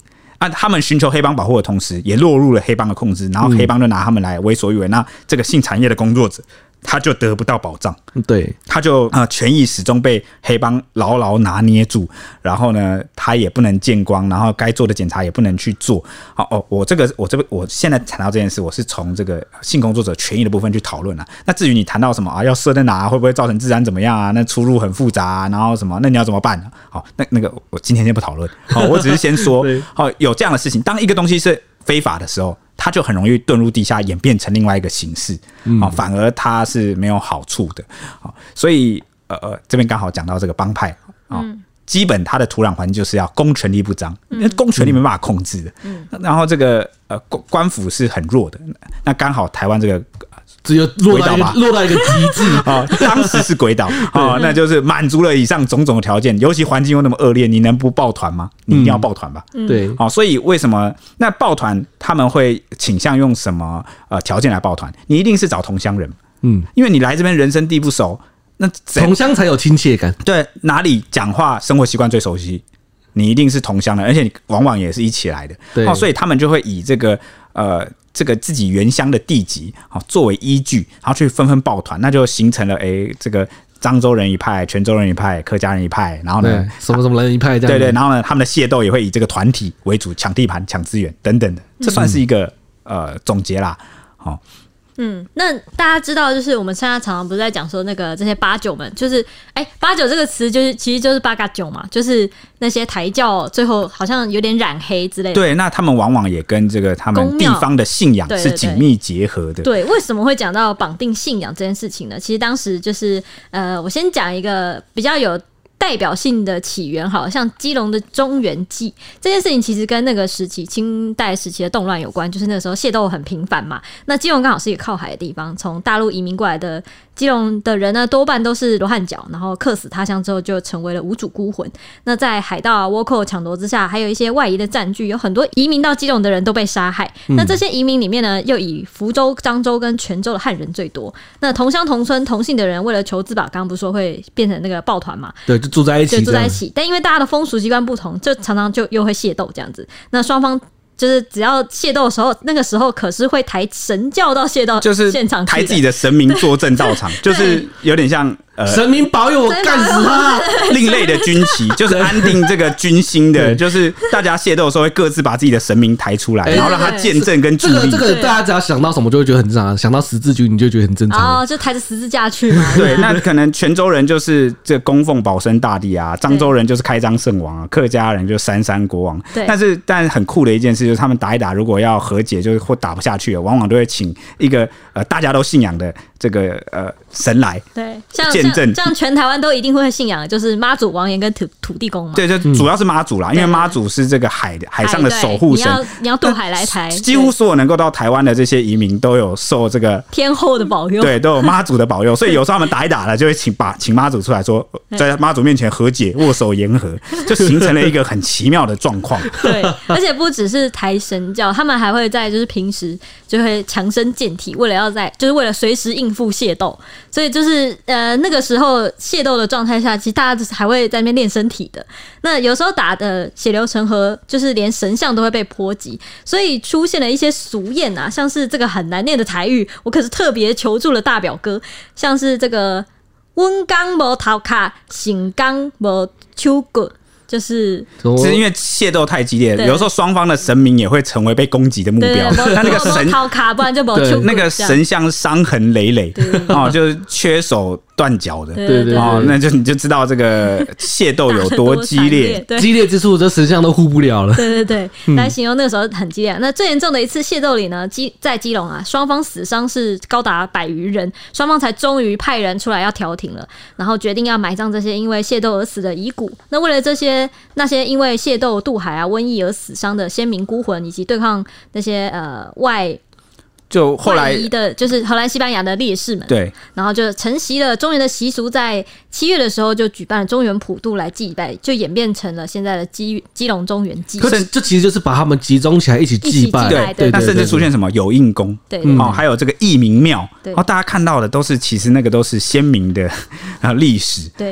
啊，他们寻求黑帮保护的同时，也落入了黑帮的控制，然后黑帮就拿他们来为所欲为。那这个性产业的工作者，他就得不到保障，对，他就呃权益始终被黑帮牢牢拿捏住，然后呢，他也不能见光，然后该做的检查也不能去做。好哦，我这个我这个我现在谈到这件事，我是从这个性工作者权益的部分去讨论啊。那至于你谈到什么啊，要设在哪，会不会造成治安怎么样啊？那出入很复杂、啊，然后什么，那你要怎么办、啊？好，那那个我今天先不讨论。好，我只是先说，好，有这样的事情，当一个东西是非法的时候，它就很容易遁入地下，演变成另外一个形式，嗯、反而它是没有好处的。所以呃呃，这边刚好讲到这个帮派啊、嗯，基本它的土壤环境就是要公权力不彰，因为公权力没办法控制的。嗯、然后这个呃官府是很弱的，那刚好台湾这个。 只有落到一个落到一个极致啊！当时是鬼岛啊，那就是满足了以上种种的条件，尤其环境又那么恶劣，你能不抱团吗？你一定要抱团吧？ 嗯、对， 好、哦，所以为什么那抱团他们会倾向用什么呃条件来抱团？你一定是找同乡人，嗯，因为你来这边人生地不熟，那同乡才有亲切感。 对，哪里讲话生活习惯最熟悉，你一定是同乡人，而且你往往也是一起来的，对、哦，所以他们就会以这个呃。这个自己原乡的地籍作为依据，然后去纷纷抱团，那就形成了哎，这个漳州人一派、泉州人一派、客家人一派，然后呢， 什么什么人一派这样， 对对，然后呢，他们的械斗也会以这个团体为主，抢地盘、抢资源等等的，这算是一个、嗯、呃总结啦，好。 嗯，那大家知道，就是我们现在常常不是在讲说那个这些八九们，就是哎，八九这个词就是其实就是八嘎九嘛，就是那些台教最后好像有点染黑之类的。 对，那他们往往也跟这个他们地方的信仰是紧密结合的。 对，为什么会讲到绑定信仰这件事情呢？其实当时就是呃，我先讲一个比较有代表性的起源，好像基隆的中原祭这件事情，其实跟那个时期清代时期的动乱有关，就是那个时候械斗很频繁嘛。那基隆刚好是一个靠海的地方，从大陆移民过来的基隆的人呢，多半都是罗汉脚，然后客死他乡之后就成为了无主孤魂。那在海盗啊、倭寇抢夺之下，还有一些外移的占据，有很多移民到基隆的人都被杀害。嗯、那这些移民里面呢，又以福州、漳州跟泉州的汉人最多。那同乡同村同姓的人，为了求自保，刚刚不是说会变成那个抱团嘛？ 对，就住在一起， 就住在一起。但因为大家的风俗习惯不同，就常常就又会械斗这样子。那双方。就是只要械斗的时候，那个时候可是会抬神教到械斗就是现场， 抬自己的神明坐镇到场，就是有点像呃神明保佑我干死他。 另类的军旗，就是安定这个军心的，就是大家械斗的时候会各自把自己的神明抬出来，然后让他见证跟助力。 这个这个大家只要想到什么就会觉得很正常，想到十字军你就觉得很正常。 哦，就抬着十字架去嘛。 对，那可能泉州人就是这供奉保生大帝啊，漳州人就是开漳圣王啊，客家人就是三山国王。但是但很酷的一件事就是他们打一打，如果要和解，就是或打不下去了，往往都会请一个呃大家都信仰的这个呃神来， 对，像见证， 像全台湾都一定会信仰的，就是妈祖、王爷跟土土地公嘛。 对，就主要是妈祖啦，嗯、因为妈祖是这个海海上的守护神， 你要你要渡海来台， 几乎所有能够到台湾的这些移民都有受这个天后的保佑， 对，都有妈祖的保佑，所以有时候他们打一打了，就会请把请妈祖出来说，在妈祖面前和解，握手言和，就形成了一个很奇妙的状况。 对，而且不只是抬神教，他们还会在就是平时就会强身健体，为了要在就是为了随时应付械斗，所以就是呃那个时候械斗的状态下，其实大家还会在那边练身体的。那有时候打的血流成河，就是连神像都会被波及，所以出现了一些俗谚啊，像是这个很难念的台语，我可是特别求助了大表哥，像是这个温刚无头卡，性刚无手骨。就是只是因为械斗太激烈，有时候双方的神明也会成为被攻击的目标。那那个神那个神像伤痕累累，哦，就是缺手断脚的， 对对对， 哦，那就你就知道这个械斗有多激烈， 激烈之处，这神像都护不了了。 对对对，嗯、来形容那个时候很激烈。那最严重的一次械斗里呢，基在基隆啊，双方死伤是高达百余人，双方才终于派人出来要调停了，然后决定要埋葬这些因为械斗而死的遗骨。那为了这些那些因为械斗渡海啊、瘟疫而死伤的先民孤魂，以及对抗那些呃外。 就后来的，就是荷兰、西班牙的烈士们， 对， 然后就承袭了中原的习俗，在七月的时候就举办了中原普渡来祭拜，就演变成了现在的基基隆中原祭。 可是这其实就是把他们集中起来一起祭拜， 对对。那甚至出现什么有应宫， 对， 哦，还有这个义民庙，哦，大家看到的都是其实那个都是鲜明的历史， 对。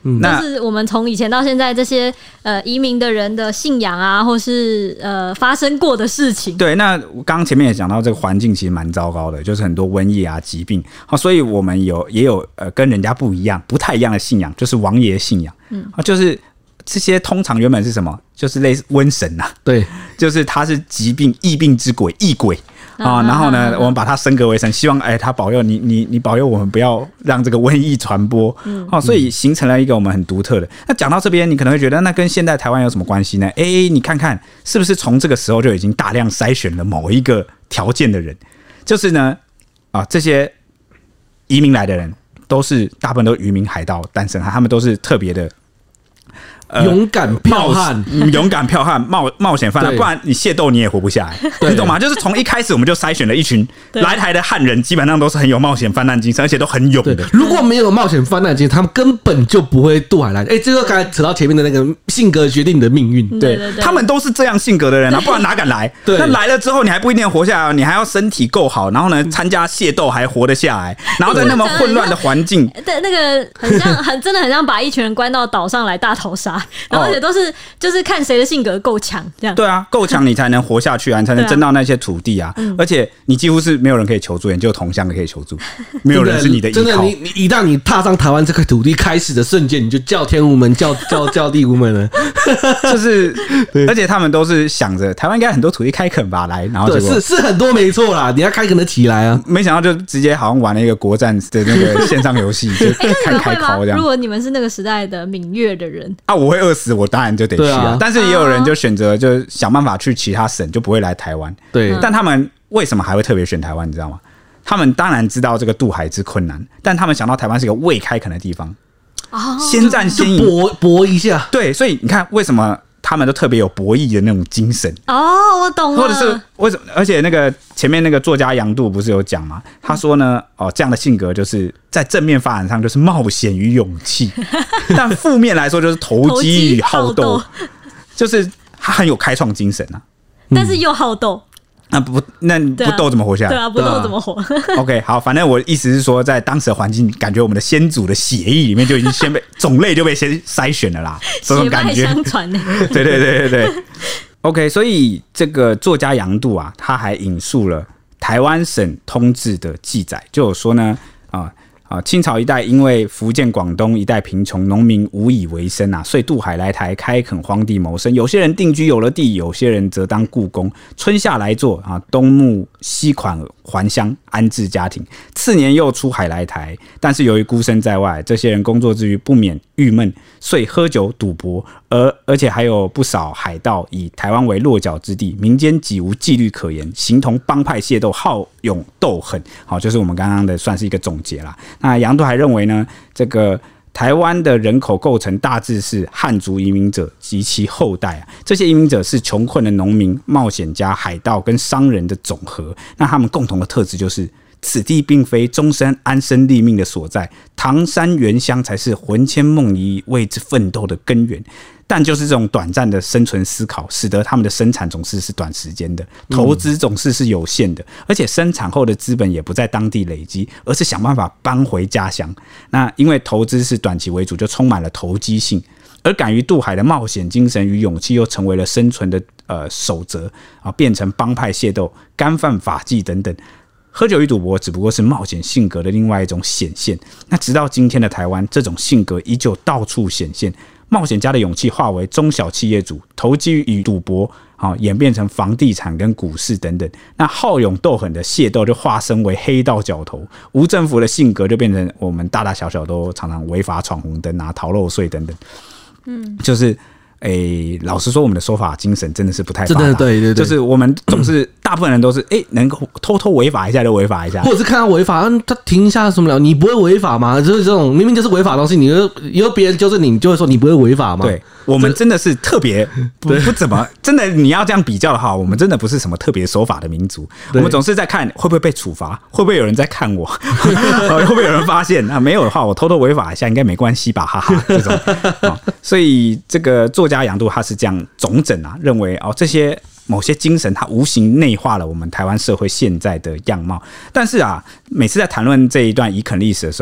嗯，那就是我们从以前到现在这些呃移民的人的信仰啊，或是呃发生过的事情。 对，那刚刚前面也讲到，这个环境其实蛮糟糕的，就是很多瘟疫啊、疾病。好，所以我们有也有呃跟人家不一样、不太一样的信仰，就是王爷信仰。嗯，就是这些通常原本是什么？就是类似瘟神啊， 对， 就是他是疾病、疫病之鬼、疫鬼。啊，然后呢，我们把它升格为神，希望哎，他保佑你，你你保佑我们不要让这个瘟疫传播。嗯，哦，所以形成了一个我们很独特的。那讲到这边，你可能会觉得，那跟现代台湾有什么关系呢？哎，你看看是不是从这个时候就已经大量筛选了某一个条件的人？就是呢，啊，这些移民来的人都是大部分都是渔民海盗诞生，他们都是特别的。 呃、勇敢剽悍， 勇敢剽悍，冒冒险犯难，不然你械斗你也活不下来，你懂吗？就是从一开始我们就筛选了一群来台的汉人，基本上都是很有冒险犯难精神，而且都很勇的。 如果没有冒险犯难精神，他们根本就不会渡海来。哎、欸，这个刚才扯到前面的那个性格决定你的命运， 对，对对对，他们都是这样性格的人啊，不然哪敢来？对，那来了之后你还不一定活下来，你还要身体够好，然后呢参加械斗还活得下来，然后在那么混乱的环境， 对，那个很像，很真的很像把一群人关到岛上来大逃杀。然后而且都是就是看谁的性格够强，这样。 对啊，够强你才能活下去啊，你才能争到那些土地啊。嗯、而且你几乎是没有人可以求助，你只有同乡可以求助，没有人是你的依靠。 真的，你你一旦你踏上台湾这块土地开始的瞬间，你就叫天无门，叫叫叫地无门了。 就是，而且他们都是想着台湾应该很多土地开垦吧，来，然后对，是是很多没错啦，你要开垦得起来啊。 没想到就直接好像玩了一个国战的那个线上游戏，就开开考这样。 如果你们是那个时代的闽粤的人啊，我会饿死。我当然就得去啊，但是也有人就选择就想办法去其他省，就不会来台湾。 对， 但他们为什么还会特别选台湾？你知道吗？他们当然知道这个渡海之困难，但他们想到台湾是一个未开垦的地方，哦，先战先赢， 搏搏一下。 对，所以你看为什么他们都特别有博弈的那种精神。 哦，我懂了。 或者是为什么？而且那个前面那个作家杨度不是有讲吗？他说呢，哦，这样的性格就是在正面发展上就是冒险与勇气，但负面来说就是投机与好斗，就是他很有开创精神啊， 但是又好斗。 那不那不斗怎么活下来？ 对啊，不斗怎么活 ？OK， 好，反正我意思是说，在当时的环境，感觉我们的先祖的血液里面就已经先被种类就被先筛选了啦，这种感觉。 血脉相传呢。 对对对对对。OK， 所以这个作家杨度啊，他还引述了台湾省通志的记载，就有说呢，啊。啊，清朝一代因为福建、广东一带贫穷，农民无以为生啊，所以渡海来台开垦荒地谋生。有些人定居有了地，有些人则当雇工，春夏来做啊，冬牧西款还乡安置家庭。次年又出海来台，但是由于孤身在外，这些人工作之余不免郁闷，遂喝酒赌博，而而且还有不少海盗以台湾为落脚之地，民间几无纪律可言，形同帮派械斗，好勇斗狠。好，就是我们刚刚的算是一个总结啦。那杨度还认为呢，这个台湾的人口构成大致是汉族移民者及其后代啊，这些移民者是穷困的农民、冒险家、海盗跟商人的总和。那他们共同的特质就是，此地并非终身安身立命的所在，唐山原乡才是魂牵梦萦为之奋斗的根源。但就是这种短暂的生存思考，使得他们的生产总是是短时间的，投资总是是有限的，而且生产后的资本也不在当地累积，而是想办法搬回家乡。那因为投资是短期为主，就充满了投机性，而敢于渡海的冒险精神与勇气，又成为了生存的呃守则啊，变成帮派械斗、干犯法纪等等。喝酒与赌博只不过是冒险性格的另外一种显现。那直到今天的台湾，这种性格依旧到处显现。冒险家的勇气化为中小企业主，投机与赌博、哦、演变成房地产跟股市等等。那好勇斗狠的械斗就化身为黑道角头，无政府的性格就变成我们大大小小都常常违法闯红灯啊、逃漏税等等。嗯，就是诶，老实说，我们的守法精神真的是不太发达， 真的对对对， 就是我们总是大部分人都是诶，能够偷偷违法一下就违法一下， 或者是看到违法，他停一下什么了，你不会违法吗？就是这种明明就是违法的东西，你就以后别人纠正你，你就会说你不会违法吗？ 对，我们真的是特别不不怎么真的，你要这样比较的话，我们真的不是什么特别守法的民族，我们总是在看会不会被处罚，会不会有人在看我，会不会有人发现啊？没有的话，我偷偷违法一下应该没关系吧，哈哈，这种。哦、所以这个作家杨度他是这样总整啊，认为哦这些某些精神它无形内化了我们台湾。台湾社会现在的样貌，但是啊，每次在谈论这一段移垦历史的时候，我们总是大部分人都是，诶，能够偷偷违法一下就违法一下，或者是看到违法的东西，你就会说你不会违法吗？这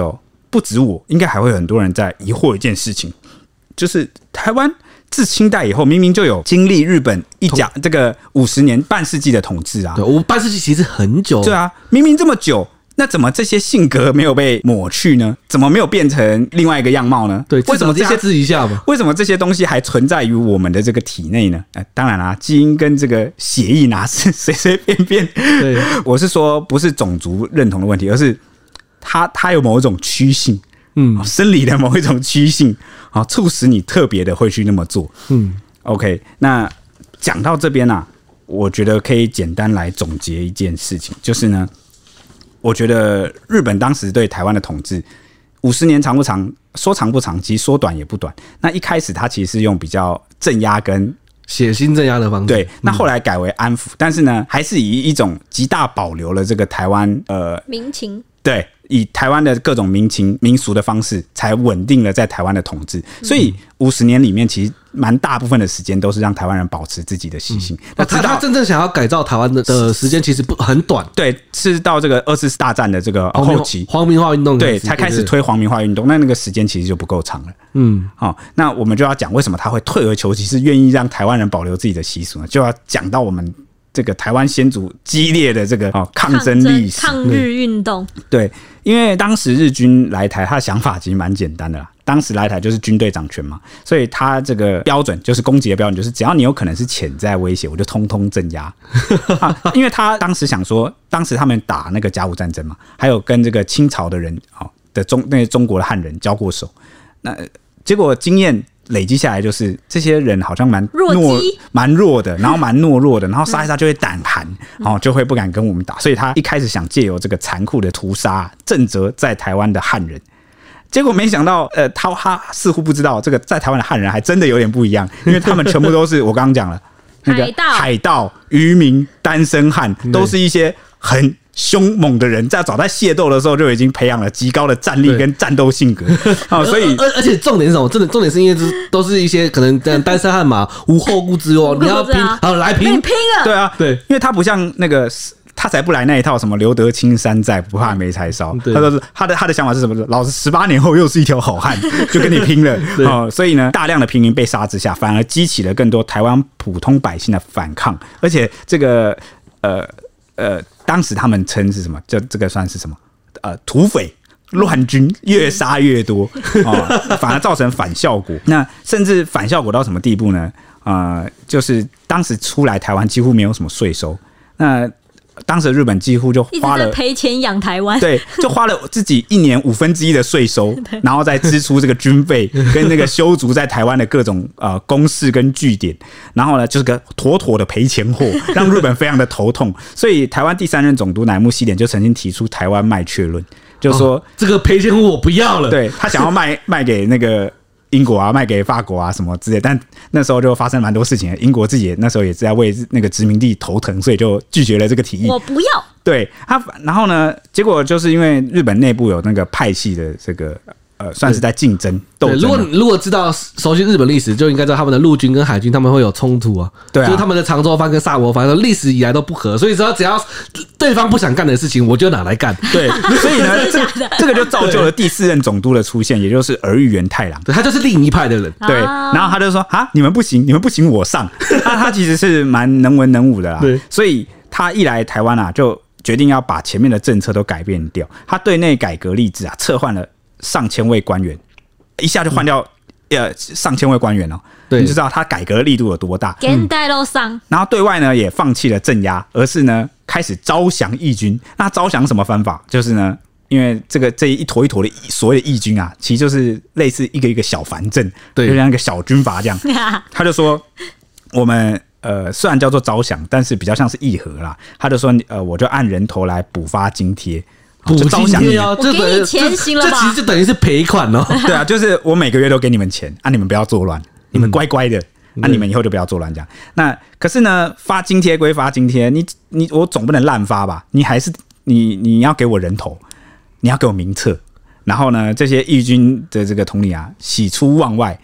不止我，应该还会有很多人在疑惑一件事情，就是台湾自清代以后，明明就有经历日本一甲这个五十年半世纪的统治啊， 对，我们半世纪其实很久， 对啊，明明这么久。那怎么这些性格没有被抹去呢？怎么没有变成另外一个样貌呢？ 对， 为什么这些治一下嘛？ 为什么这些东西还存在于我们的这个体内呢？呃、当然啦，基因跟这个血液哪是随随便便？ 对， 我是说不是种族认同的问题，而是它它有某一种趋性，嗯，生理的某一种趋性啊，促使你特别的会去那么做。嗯 ，OK， 那讲到这边啊，我觉得可以简单来总结一件事情，就是呢。我觉得日本当时对台湾的统治五十年长不长？说长不长，其实说短也不短。那一开始他其实是用比较镇压跟血腥镇压的方式， 对。那后来改为安抚，嗯、但是呢，还是以一种极大保留了这个台湾呃民情， 对，以台湾的各种民情民俗的方式，才稳定了在台湾的统治。所以五十年里面，其实蛮大部分的时间都是让台湾人保持自己的习性。嗯、 那他他真正想要改造台湾的的时间其实不很短， 对，是到这个二次大战的这个后期， 皇民化运动对才开始推皇民化运动，那那个时间其实就不够长了。嗯，好、哦，那我们就要讲为什么他会退而求其次，愿意让台湾人保留自己的习俗呢？就要讲到我们这个台湾先祖激烈的这个、哦、抗争历史、 抗日运动。 对，因为当时日军来台，他的想法其实蛮简单的啦。当时来台就是军队掌权嘛，所以他这个标准就是攻击的标准，就是只要你有可能是潜在威胁，我就通通镇压、啊。因为他当时想说，当时他们打那个甲午战争嘛，还有跟这个清朝的人、哦、的中那些中国的汉人交过手，那结果经验累积下来，就是这些人好像蛮懦蛮弱的，然后蛮懦弱的，然后杀一杀就会胆寒，哦，就会不敢跟我们打，所以他一开始想借由这个残酷的屠杀震慑在台湾的汉人。结果没想到，呃，他他似乎不知道，这个在台湾的汉人还真的有点不一样，因为他们全部都是我刚刚讲了，那个海盗、渔民、单身汉，都是一些很凶猛的人，在早在械斗的时候就已经培养了极高的战力跟战斗性格啊，所以而而且重点是什么？真的重点是因为都是一些可能单身汉嘛，无后顾之忧，你要拼，好来拼， 拼了， 对啊，对，因为他不像那个。他才不来那一套什么留得青山在，不怕没柴烧。他说他的他的想法是什么？老子十八年后又是一条好汉，就跟你拼了。哦，所以呢，大量的平民被杀之下，反而激起了更多台湾普通百姓的反抗。而且这个呃呃，当时他们称是什么？这这个算是什么？呃，土匪。乱军越杀越多、哦、反而造成反效果。那甚至反效果到什么地步呢？呃，就是当时出来台湾几乎没有什么税收。那当时日本几乎就花了赔钱养台湾， 对，就花了自己一年五分之一的税收，然后再支出这个军费跟那个修筑在台湾的各种呃工事跟据点，然后呢就是个妥妥的赔钱货，让日本非常的头痛。所以台湾第三任总督乃木希典就曾经提出台湾卖却论，就是说、哦、 这个赔钱货我不要了， 对他想要卖卖给那个。英国啊，卖给法国啊，什么之类，但那时候就发生蛮多事情。英国自己也那时候也是在为那个殖民地头疼，所以就拒绝了这个提议。 我不要。 对他，然后呢，结果就是因为日本内部有那个派系的这个。呃，算是在竞争斗争。 如果如果知道熟悉日本历史，就应该知道他们的陆军跟海军他们会有冲突啊。对啊，就是他们的长州藩跟萨摩藩历史以来都不合，所以只要只要对方不想干的事情，我就拿来干。 对，所以呢，这这个就造就了第四任总督的出现，也就是儿玉源太郎。 对，他就是另一派的人。 对，然后他就说啊，你们不行，你们不行，我上。他他其实是蛮能文能武的啦。对，所以他一来台湾啊，就决定要把前面的政策都改变掉。他对内改革吏治啊，策换了上千位官员。一下就换掉、嗯、呃上千位官员哦，你就知道他改革的力度有多大。 嗯、 然后对外呢也放弃了镇压，而是呢开始招降义军。那招降什么方法？就是呢，因为这个这一坨一坨的所谓的义军啊，其实就是类似一个一个小藩镇，对，就像一个小军阀这样。他就说我们。呃，虽然叫做招降，但是比较像是议和啦。他就说，呃，我就按人头来补发津贴。 补津贴哦， 我给你钱行了吧？ 这其实就等于是赔款哦。 对啊，就是我每个月都给你们钱啊，你们不要作乱，你们乖乖的、嗯、啊，你们以后就不要作乱这样。那可是呢，发津贴归发津贴，你你我总不能滥发吧？你还是你你要给我人头，你要给我名册，然后呢，这些义军的这个统领啊，喜出望外，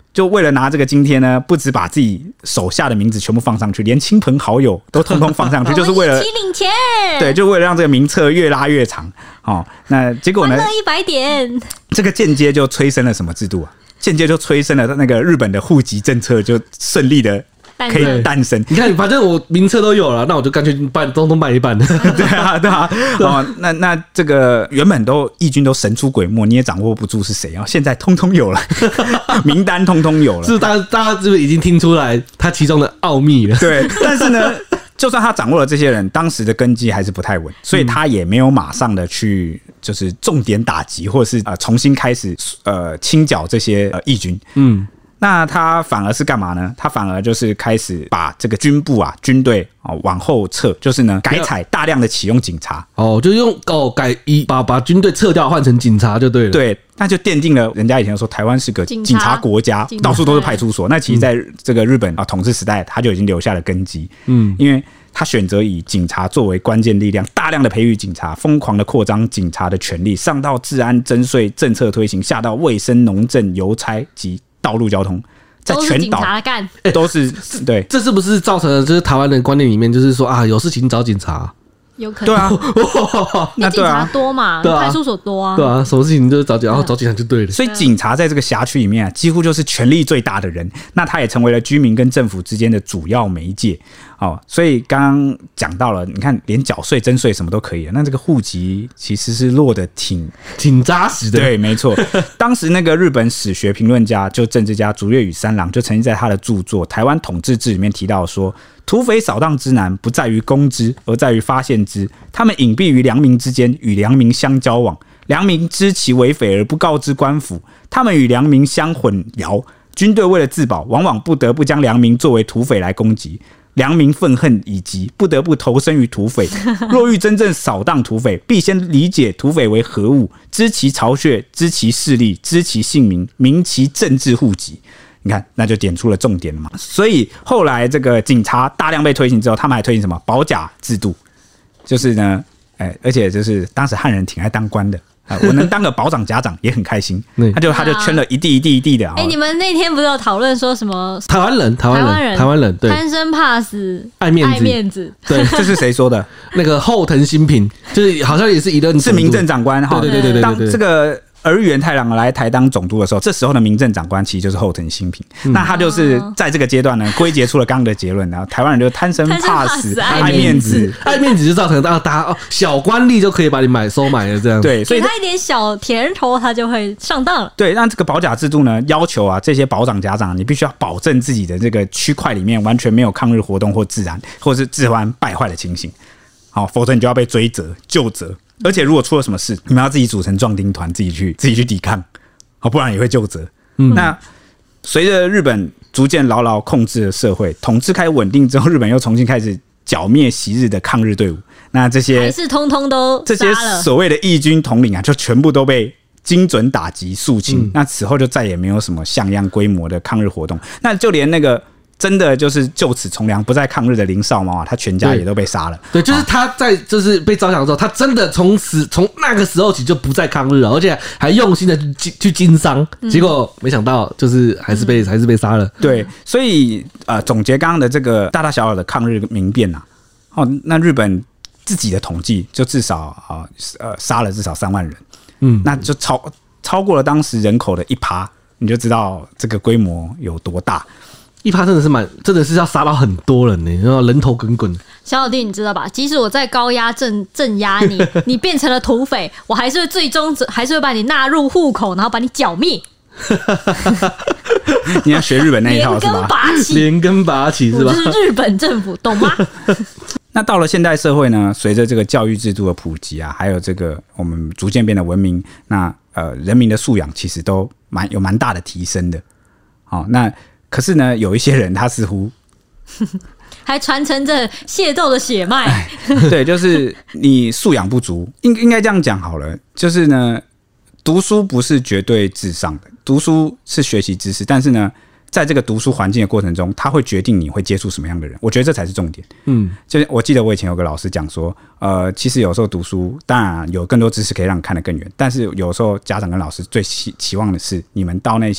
就为了拿这个津贴呢，不只把自己手下的名字全部放上去，连亲朋好友都通通放上去，就是为了一起领钱。 对，就为了让这个名册越拉越长。哦，那结果呢？ 欢乐一百点， 这个间接就催生了什么制度啊？间接就催生了那个日本的户籍政策，就顺利的可以诞生。 你看，反正我名册都有了，那我就干脆办，通通办一办。 对啊，对啊。哦，那那这个原本都义军都神出鬼没，你也掌握不住是谁啊？现在通通有了，名单通通有了。 是大家大家是不是已经听出来他其中的奥秘了？ 对，但是呢，就算他掌握了这些人，当时的根基还是不太稳，所以他也没有马上的去就是重点打击，或者是呃重新开始呃清剿这些呃义军。嗯。那他反而是干嘛呢？他反而就是开始把这个军部啊、军队哦往后撤，就是呢改采大量的启用警察哦，就用哦改一把把军队撤掉，换成警察就对了。 对，那就奠定了人家以前说台湾是个警察国家，到处都是派出所。那其实在这个日本啊统治时代，他就已经留下了根基。嗯，因为他选择以警察作为关键力量，大量的培育警察，疯狂的扩张警察的权力，上到治安、征税政策推行，下到卫生、农政、邮差及道路交通，在全岛都是对， 这是不是造成了就是台湾人观念里面就是说啊，有事情找警察， 有可能对啊， 那警察多嘛， 对啊， 派出所多啊， 对啊，什么事情就是找警，然后找警察就对了。 所以警察在这个辖区里面啊，几乎就是权力最大的人，那他也成为了居民跟政府之间的主要媒介。哦，所以刚刚讲到了，你看连缴税、征税什么都可以了，那这个户籍其实是落得挺挺扎实的。 对，没错。当时那个日本史学评论家，就政治家竹越宇三郎，就曾经在他的著作《台湾统治志》里面提到说，土匪扫荡之难，不在于攻之，而在于发现之。他们隐蔽于良民之间，与良民相交往，良民知其为匪而不告知官府，他们与良民相混淆。军队为了自保，往往不得不将良民作为土匪来攻击。良民愤恨已极，不得不投身于土匪。若欲真正扫荡土匪，必先理解土匪为何物，知其巢穴，知其势力，知其姓名，明其政治户籍。你看，那就点出了重点了嘛。所以后来这个警察大量被推行之后，他们还推行什么保甲制度？就是呢，哎，而且就是当时汉人挺爱当官的。我能当个保长家长也很开心，他就他就圈了一地一地一地的。哎、 欸，你们那天不是有讨论说什么台湾人，台湾人，台湾人，对， 贪生怕死， 爱面子， 爱面子， 对，这是谁说的？ 那个后藤新平，就是好像也是一任是民政长官哈， 对对对对对， 当这个。儿玉源太郎来台当总督的时候，这时候的民政长官其实就是后藤新平、嗯。那他就是在这个阶段呢，归结出了刚刚的结论。然后台湾人就贪生怕死、爱面子， 爱面子就造成大家哦，小官吏就可以把你买收买了这样。 对，所以给他一点小甜头，他就会上当了。 对，那这个保甲制度呢，要求啊这些保长家长，你必须要保证自己的这个区块里面完全没有抗日活动或自然或是治安败坏的情形，好，否则你就要被追责、究责。而且如果出了什么事，你们要自己组成壮丁团，自己去自己去抵抗，不然也会究责。嗯、那随着日本逐渐牢牢控制了社会，统治开始稳定之后，日本又重新开始剿灭昔日的抗日队伍。那这些还是通通都这些所谓的义军统领啊，就全部都被精准打击肃清、嗯。那此后就再也没有什么像样规模的抗日活动。那就连那个。真的就是就此从良不再抗日的林少猫啊，他全家也都被杀了。 对，就是他在就是被招降之后，他真的从此从那个时候起就不再抗日了，而且还用心的去去经商、嗯，结果没想到就是还是被、嗯、还是被杀了。 对，所以呃，总结刚刚的这个大大小小的抗日民变啊，哦，那日本自己的统计就至少啊呃杀了至少三万人，嗯，那就超超过了当时人口的一趴，你就知道这个规模有多大。 一趴真的是蛮，真的是要杀到很多人呢，然后人头滚滚。 小老弟，你知道吧？即使我在高压镇镇压你，你变成了土匪，我还是会最终还是会把你纳入户口，然后把你剿灭。 你要学日本那一套是吧？ 连根拔起， 连根拔起是吧？ 这是日本政府，懂吗？ 那到了现代社会呢，随着这个教育制度的普及啊，还有这个我们逐渐变得文明，那呃人民的素养其实都蛮有蛮大的提升的。好、哦，那。可是呢，有一些人他似乎还传承着械斗的血脉。 对，就是你素养不足，应应该这样讲好了。就是呢，读书不是绝对至上的，读书是学习知识，但是呢，在这个读书环境的过程中，它会决定你会接触什么样的人。我觉得这才是重点。嗯，就是我记得我以前有个老师讲说，呃，其实有时候读书，当然有更多知识可以让你看得更远，但是有时候家长跟老师最期期望的是你们到那些。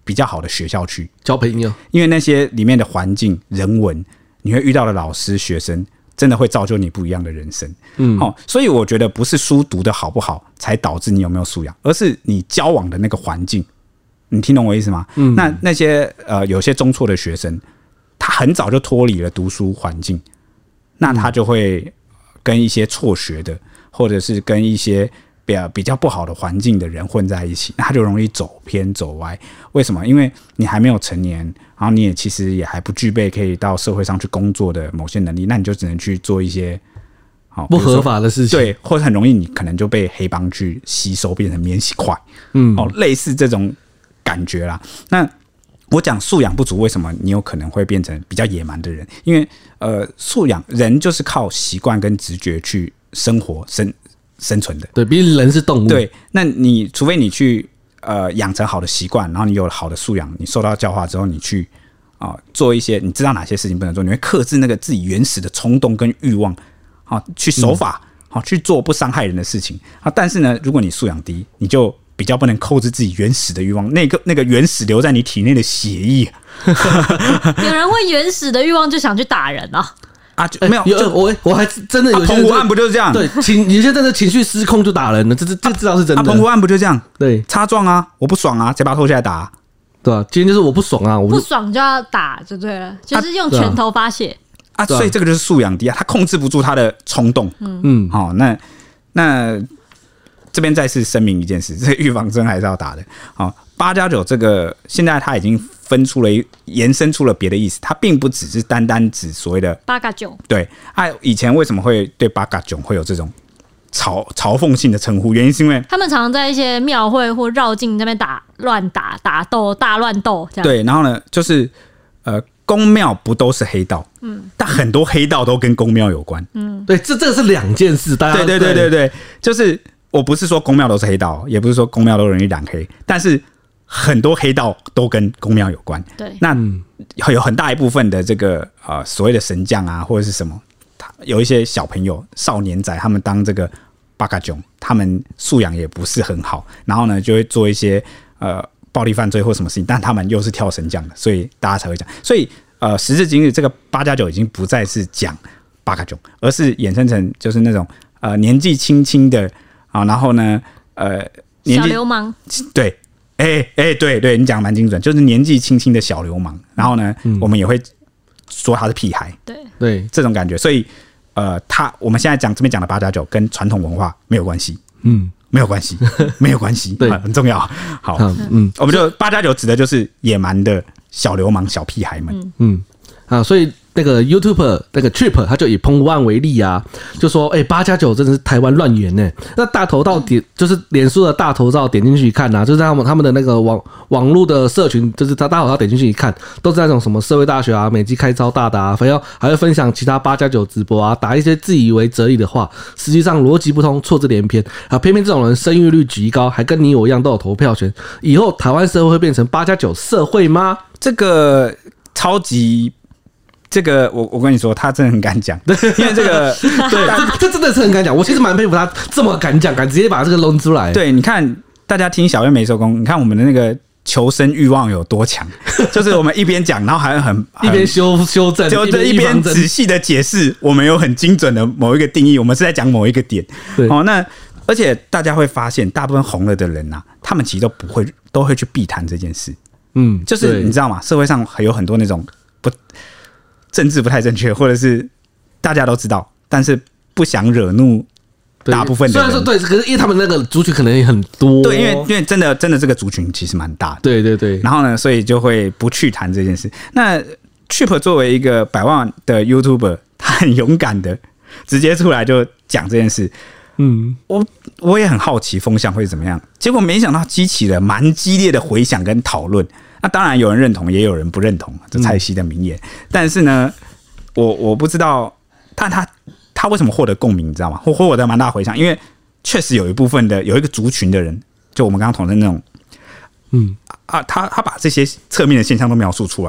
比较好的学校去交朋友， 因为那些里面的环境、人文，你会遇到的老师、学生，真的会造就你不一样的人生。嗯，哦，所以我觉得不是书读的好不好才导致你有没有素养，而是你交往的那个环境。你听懂我意思吗？嗯，那那些呃有些中辍的学生，他很早就脱离了读书环境，那他就会跟一些辍学的，或者是跟一些比较比较不好的环境的人混在一起，那他就容易走偏走歪。为什么？因为你还没有成年，然后你也其实也还不具备可以到社会上去工作的某些能力，那你就只能去做一些好不合法的事情， 对，或者很容易你可能就被黑帮去吸收，变成免洗块，嗯，哦，类似这种感觉啦。那我讲素养不足，为什么你有可能会变成比较野蛮的人？因为呃，素养人就是靠习惯跟直觉去生活生生存的， 对，毕竟人是动物。 对，那你除非你去呃养成好的习惯，然后你有了好的素养，你受到教化之后，你去啊、呃、做一些你知道哪些事情不能做，你会克制那个自己原始的冲动跟欲望，好、啊、去守法，好、嗯、去做不伤害人的事情啊。但是呢，如果你素养低，你就比较不能控制自己原始的欲望，那个那个原始留在你体内的血液。 有人会原始的欲望就想去打人啊？ 啊，就没有， 有我我还真的有些澎湖案不就是这样？ 对，情有些真的情绪失控就打人了，这这这知道是真的。 啊，澎湖案不就这样？ 对， 擦撞啊，我不爽啊，直接把他拖下来打、啊。 对啊，今天就是我不爽啊，我不爽就要打就对了，就是用拳头发泄。 啊，所以这个就是素养低啊，他控制不住他的冲动。嗯嗯，好、哦，那那。这边再次声明一件事，这个预防针还是要打的。好，八加九这个现在它已经分出了延伸出了别的意思，它并不只是单单指所谓的八加九。 对啊，以前为什么会对八加九会有这种嘲嘲讽性的称呼？原因是因为他们常常在一些庙会或绕境那边打乱打打斗大乱斗这样。 对，然后呢，就是呃，宫庙不都是黑道？嗯，但很多黑道都跟宫庙有关。 嗯，对，这这个是两件事。大家对对对对对，就是。我不是说宫庙都是黑道，也不是说宫庙都容易染黑，但是很多黑道都跟宫庙有关。 对， 那有很大一部分的这个呃所谓的神将啊，或者是什么，有一些小朋友、少年仔，他们当这个八嘎囧，他们素养也不是很好，然后呢就会做一些呃暴力犯罪或什么事情，但他们又是跳神将的，所以大家才会讲。所以呃，时至今日，这个八加九已经不再是讲八嘎囧，而是衍生成就是那种呃年纪轻轻的。啊，然后呢，呃， 小流氓， 对，哎、欸、哎、欸，对对，你讲的蛮精准，就是年纪轻轻的小流氓。然后呢，嗯、我们也会说他是屁孩， 对对， 这种感觉。所以，呃，他我们现在讲这边讲的八加九跟传统文化没有关系，嗯，没有关系，没有关系，对、啊，很重要。好，嗯，我们就八加九指的就是野蛮的小流氓、小屁孩们，嗯。 嗯啊，所以那个 YouTuber 那个 Trip 他就以澎湖案为例啊，就说哎八加九真的是台湾乱源呢。那大头照点就是脸书的大头照点进去一看啊，就是他们他们的那个网网络的社群，就是他大头照点进去一看，都是那种什么社会大学啊、美籍开超大的啊，反正还会分享其他八加九直播啊，打一些自以为哲理的话，实际上逻辑不通、错字连篇啊。偏偏这种人生育率极高，还跟你我一样都有投票权，以后台湾社会会变成八加九社会吗？ 这个超级。这个我我跟你说，他真的很敢讲，因为这个对，这这真的是很敢讲。我其实蛮佩服他这么敢讲，敢直接把这个弄出来。 对，你看大家听小月没收工，你看我们的那个求生欲望有多强，就是我们一边讲，然后还很一边修修正， 就一边仔细的解释，我们有很精准的某一个定义，我们是在讲某一个点。哦，那而且大家会发现，大部分红了的人啊，他们其实都不会都会去避谈这件事。嗯，就是你知道吗？社会上有很多那种不。政治不太正确，或者是大家都知道，但是不想惹怒大部分的人。 虽然说对，可是因为他们那个族群可能也很多， 对，因为因为真的真的这个族群其实蛮大的， 对对对。 然后呢，所以就会不去谈这件事。那 Chip 作为一个百万的 YouTuber， 他很勇敢的直接出来就讲这件事。嗯，我我也很好奇风向会怎么样，结果没想到激起了蛮激烈的回响跟讨论。那当然有人认同，也有人不认同，这蔡西的名言。嗯、但是呢，我我不知道，但他他为什么获得共鸣，你知道吗？或获得蛮大回响，因为确实有一部分的有一个族群的人，就我们刚刚讨论那种，嗯啊，他他把这些侧面的现象都描述出来。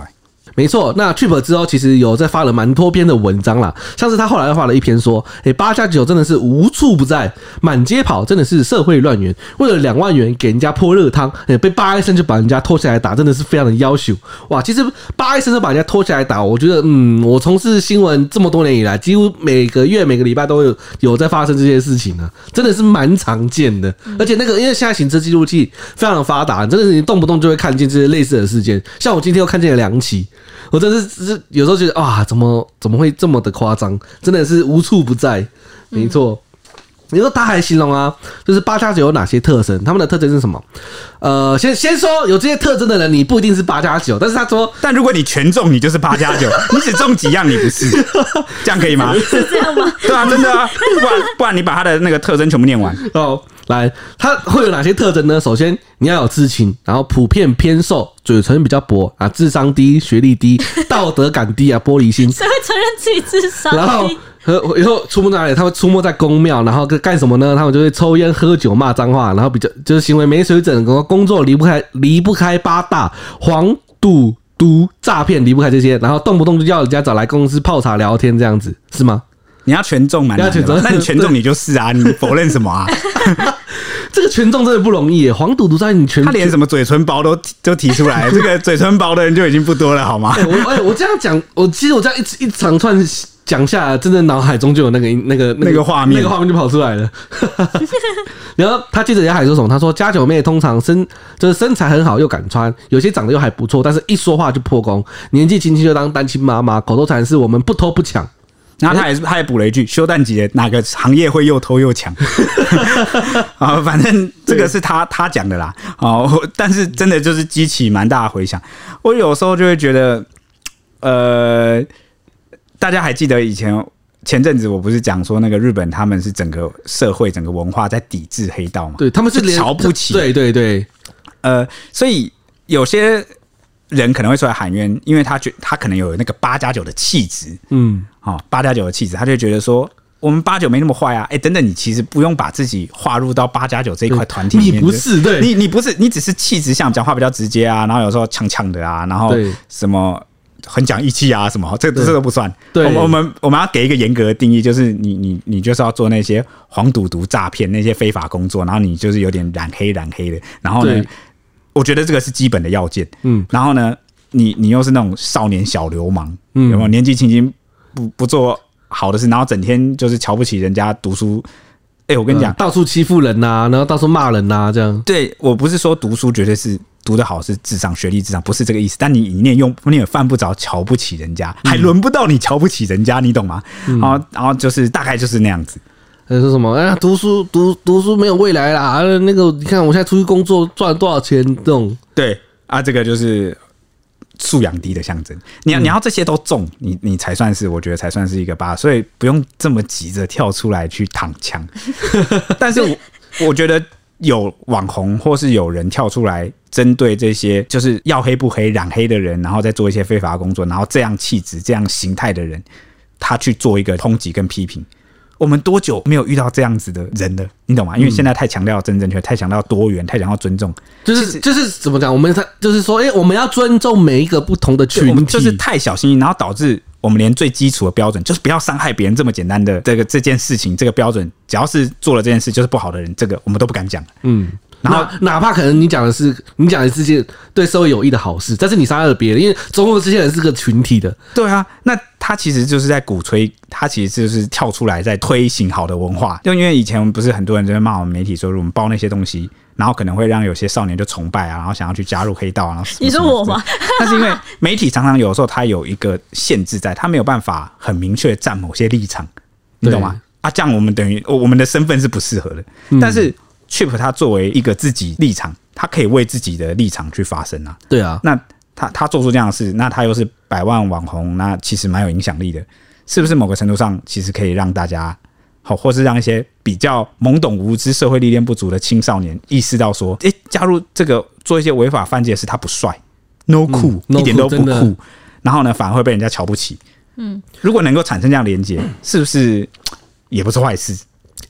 没错，那 Trip 之后其实有在发了蛮多篇的文章啦，像是他后来又发了一篇说，哎，八加九真的是无处不在，满街跑，真的是社会乱源。为了两万元给人家泼热汤，哎，被八医生就把人家拖下来打，真的是非常的要求。哇，其实八医生就把人家拖下来打，我觉得，嗯，我从事新闻这么多年以来，几乎每个月每个礼拜都有有在发生这些事情呢、啊，真的是蛮常见的。而且那个，因为现在行车记录器非常的发达，真的是你动不动就会看见这些类似的事件。像我今天又看见了两起。我真的是有时候觉得啊，怎么怎么会这么的夸张？真的是无处不在，没错。你说他还形容啊，就是八加九有哪些特征？他们的特征是什么？呃，先先说有这些特征的人，你不一定是八加九，但是他说， 但如果你全中，你就是八加九，你只中几样，你不是，这样可以吗？ 是这样吗？ 对啊，真的啊，不然不然你把他的那个特征全部念完哦。来，它会有哪些特征呢？首先，你要有知情，然后普遍偏瘦，嘴唇比较薄啊，智商低，学历低，道德感低啊，玻璃心。 谁会承认自己智商低？ 然后和以后出没在哪里？他会出没在公庙，然后干什么呢？他们就会抽烟、喝酒、骂脏话，然后比较就是行为没水准，然后工作离不开离不开八大、黄赌毒、诈骗，离不开这些，然后动不动就叫人家找来公司泡茶聊天，这样子是吗？ 你要全中蛮难的嘛，那你全中你就是啊，你否认什么啊？ 这个全中真的不容易耶，黄赌毒在你全， 他连什么嘴唇薄都都提出来，这个嘴唇薄的人就已经不多了，好吗？ 欸、我、欸、我这样讲，我其实我这样一一长串讲下来，真的脑海中就有那个那个那个画面， 那个画面就跑出来了。然后他接着人家还说什么？他说加九妹通常身就是身材很好又敢穿，有些长得又还不错，但是一说话就破功，年纪轻轻就当单亲妈妈，口头禅是我们不偷不抢。 然后他也他也补了一句：“修蛋姐哪个行业会又偷又抢？”啊，反正这个是他他讲的啦。哦，但是真的就是激起蛮大的回响。我有时候就会觉得，呃，大家还记得以前前阵子我不是讲说那个日本他们是整个社会整个文化在抵制黑道嘛？ 对，他们是瞧不起。 对对对， 呃，所以有些人可能会出来喊冤，因为他觉他可能有那个八加九的气质，嗯，哦，八加九的气质，他就觉得说我们八九没那么坏啊，哎、欸，等等，你其实不用把自己划入到八加九这一块团体里面， 你不是，对， 你你不是，你只是气质像，讲话比较直接啊，然后有时候呛呛的啊，然后什么很讲义气啊，什么这这都不算，对，我们我们我们要给一个严格的定义，就是你你你就是要做那些黄赌毒诈骗那些非法工作，然后你就是有点染黑染黑的，然后呢。我觉得这个是基本的要件，嗯，然后呢，你你又是那种少年小流氓，嗯，有没有年纪轻轻不不做好的事，然后整天就是瞧不起人家读书，哎、欸，我跟你讲、嗯， 到处欺负人呐、啊，然后到处骂人呐、啊，这样。对， 我不是说读书绝对是读得好是智商学历智商，不是这个意思，但你你也用你也犯不着瞧不起人家，还轮不到你瞧不起人家，你懂吗？嗯、然后然后就是大概就是那样子。 说什么？哎呀，读书读读书没有未来啦！那个，你看我现在出去工作赚了多少钱？这种对啊，这个就是素养低的象征。你要、嗯、你要这些都中，你你才算是，我觉得才算是一个八，所以不用这么急着跳出来去躺枪。但是我我觉得有网红或是有人跳出来针对这些就是要黑不黑、染黑的人，然后再做一些非法工作，然后这样气质、这样形态的人，他去做一个抨击跟批评。我们多久没有遇到这样子的人了？你懂吗？因为现在太强调真正确，太强调多元，太强调尊重， 就是就是怎么讲？我们就是说，哎、欸，我们要尊重每一个不同的群体， 就是太小心翼翼，然后导致我们连最基础的标准，就是不要伤害别人这么简单的这个这件事情，这个标准，只要是做了这件事就是不好的人，这个我们都不敢讲。嗯。 然后哪怕可能你讲的是你讲的是件对社会有益的好事，但是你伤害了别人，因为总有这些人是个群体的。 对啊，那他其实就是在鼓吹，他其实就是跳出来在推行好的文化。就因为以前我们不是很多人在骂我们媒体说，我们报那些东西，然后可能会让有些少年就崇拜啊，然后想要去加入黑道啊。然后什么什么你说我吗？ 但是因为媒体常常有时候他有一个限制在，他没有办法很明确站某些立场，你懂吗？啊，这样我们等于我们的身份是不适合的，嗯、但是。Chip 他作为一个自己立场，他可以为自己的立场去发声啊。 对啊， 那他他做出这样的事，那他又是百万网红，那其实蛮有影响力的，是不是？某个程度上，其实可以让大家好，或是让一些比较懵懂无知、社会历练不足的青少年意识到说，哎、欸，加入这个做一些违法犯罪的事，他不帅 ，no cool，、嗯、一点都不酷，然后呢，反而会被人家瞧不起。嗯，如果能够产生这样的连结，是不是也不是坏事？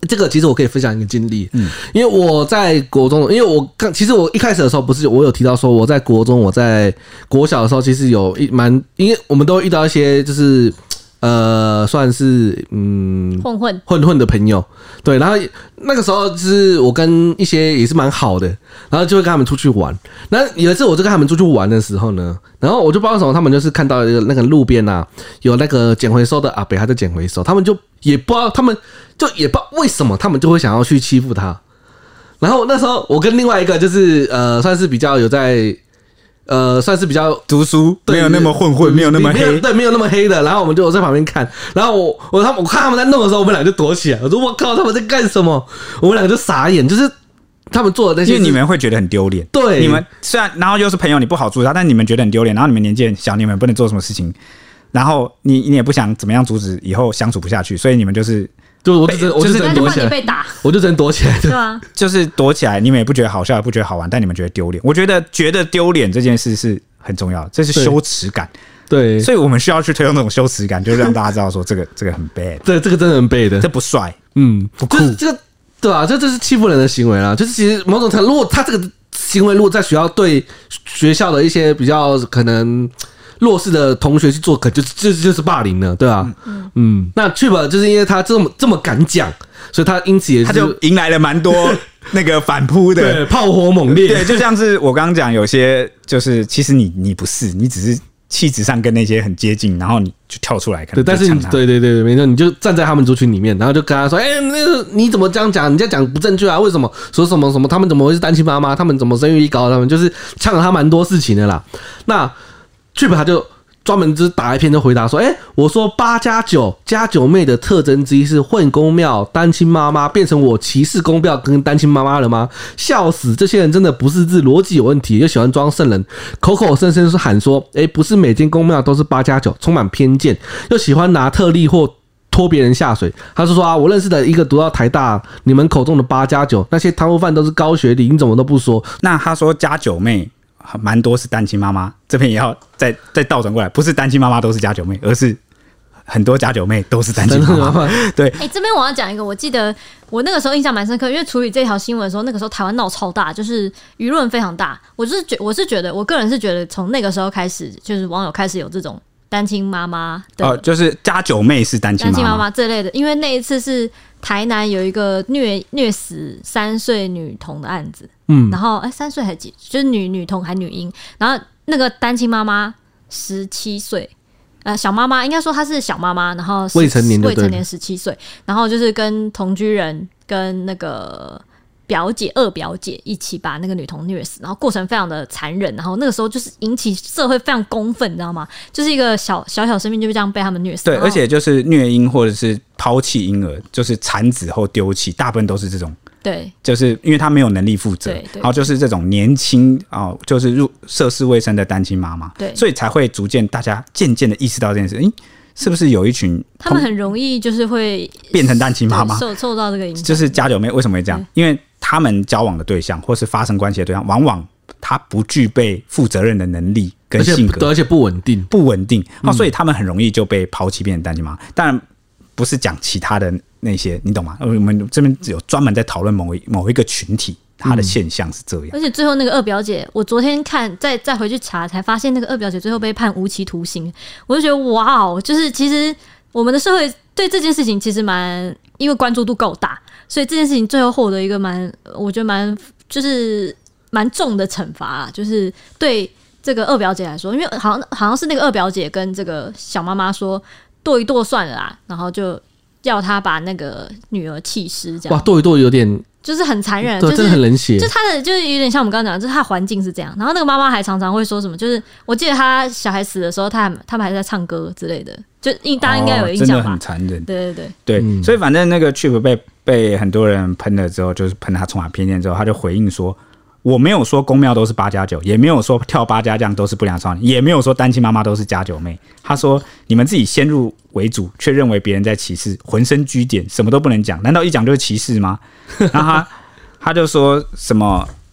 这个其实我可以分享一个经历，嗯，因为我在国中，因为我刚其实我一开始的时候不是我有提到说我在国中，我在国小的时候其实有一蛮，因为我们都会遇到一些就是呃算是嗯混混混混的朋友，对，然后那个时候就是我跟一些也是蛮好的，然后就会跟他们出去玩。那有一次我就跟他们出去玩的时候呢，然后我就不知道为什么他们就是看到那个路边啊有那个捡回收的阿伯还在捡回收，他们就也不知道他们就也不知道为什么他们就会想要去欺负他。然后那时候我跟另外一个就是呃算是比较有在呃算是比较读书没有那么混混，没有那么黑， 对，没有那么黑的。然后我们就我在旁边看，然后我我他们我看他们在弄的时候，我们两个就躲起来。我说我靠，他们在干什么？我们两个就傻眼，就是他们做的那些， 因为你们会觉得很丢脸。 对， 你们虽然然后又是朋友，你不好阻止他，但你们觉得很丢脸。然后你们年纪很小，你们不能做什么事情，然后你你也不想怎么样阻止以后相处不下去，所以你们就是。就我就只我就只能躲起来， 被打， 我就只能躲起来， 对吧？ 就是躲起来，你们也不觉得好笑，也不觉得好玩，但你们觉得丢脸。我觉得觉得丢脸这件事是很重要，这是羞耻感。 对， 所以我们需要去推动这种羞耻感，就是让大家知道说这个这个很 bad， 对，这个真的很 bad 的， 这不帅， 嗯， 不酷， 这个对啊，这这是欺负人的行为啦。就是其实某种程度，如果他这个行为如果在学校对学校的一些比较可能弱势的同学去做，可就就就是霸凌了，对吧、啊？嗯嗯，那 Chip 就是因为他这么这么敢讲，所以他因此也、就是、 他就迎来了蛮多那个反扑的， 对，炮火猛烈。 对，就像是我刚刚讲，有些就是其实你你不是，你只是气质上跟那些很接近，然后你就跳出来，可能对，但是对对对，没错，你就站在他们族群里面，然后就跟他说：“哎、欸，那个你怎么这样讲？你这样讲不正确啊？为什么说什么什么？他们怎么会是单亲妈妈？他们怎么生育率高？他们就是呛了他蛮多事情的啦。”那 Chip 他就。专门就是打一篇就回答说，哎、欸，我说八加九加九妹的特征之一是混公庙单亲妈妈，变成我歧视公庙跟单亲妈妈了吗？笑死！这些人真的不是字逻辑有问题，又喜欢装圣人，口口声声是喊说，哎、欸，不是每间公庙都是八加九，充满偏见，又喜欢拿特例或拖别人下水。他是说啊，我认识的一个读到台大，你们口中的八加九，那些贪污犯都是高学历，你怎么都不说？ 那他说加九妹。蛮多是单亲妈妈，这边也要再再倒转过来，不是单亲妈妈都是加九妹，而是很多加九妹都是单亲妈妈。对， 哎、欸，这边我要讲一个，我记得我那个时候印象蛮深刻，因为处理这条新闻的时候，那个时候台湾闹超大，就是舆论非常大。我就是觉，我是觉得，我个人是觉得，从那个时候开始，就是网友开始有这种单亲妈妈的， 哦，就是加九妹是单亲妈妈， 单亲妈妈这类的，因为那一次是台南有一个虐虐死三岁女童的案子。嗯，然后哎，三岁还几，就是女女童还女婴，然后那个单亲妈妈十七岁，呃，小妈妈应该说她是小妈妈，然后未成年， 未成年十七岁，然后就是跟同居人跟那个表姐、二表姐一起把那个女童虐死，然后过程非常的残忍，然后那个时候就是引起社会非常公愤，你知道吗？就是一个小小小生命就这样被他们虐死， 对，而且就是虐婴或者是抛弃婴儿，就是产子后丢弃，大部分都是这种。 对， 就是因为他没有能力负责，然后就是这种年轻啊、哦，就是入涉世未深的单亲妈妈，对，所以才会逐渐大家渐渐的意识到这件事，诶，是不是有一群他们很容易就是会变成单亲妈妈， 受受到这个影响， 就是加九妹为什么会这样？因为他们交往的对象或是发生关系的对象，往往他不具备负责任的能力跟性格， 而且不稳定， 不稳定，嗯、所以他们很容易就被抛弃变成单亲妈妈。当然不是讲其他的。那些你懂吗？我们这边只有专门在讨论某一某一个群体，他的现象是这样。 而且最后那个二表姐，我昨天看再再回去查，才发现那个二表姐最后被判无期徒刑。我就觉得哇哦，就是其实我们的社会对这件事情其实蛮，因为关注度够大，所以这件事情最后获得一个蛮，我觉得蛮就是蛮重的惩罚啦，就是对这个二表姐来说，因为好像好像是那个二表姐跟这个小妈妈说剁一剁算了啦，然后就。要他把那个女儿弃尸，这样哇，剁一剁有点就是很残忍， 对， 就是、 真的很冷血。 就他的就是有点像我们刚刚讲的，就是他的环境是这样。然后那个妈妈还常常会说什么，就是我记得他小孩死的时候，他他们还在唱歌之类的，就大家应该有印象吧？ 哦、真的很残忍。 对对对对、嗯，所以反正那个 Chip 被被很多人喷了之后，就是喷他充满偏见之后，他就回应说。我没有说公庙都是八加九，也没有说跳八家将都是不良少年，也没有说单亲妈妈都是加九妹。他说你们自己先入为主，却认为别人在歧视，浑身居点，什么都不能讲，难道一讲就是歧视吗？然后他他就说什么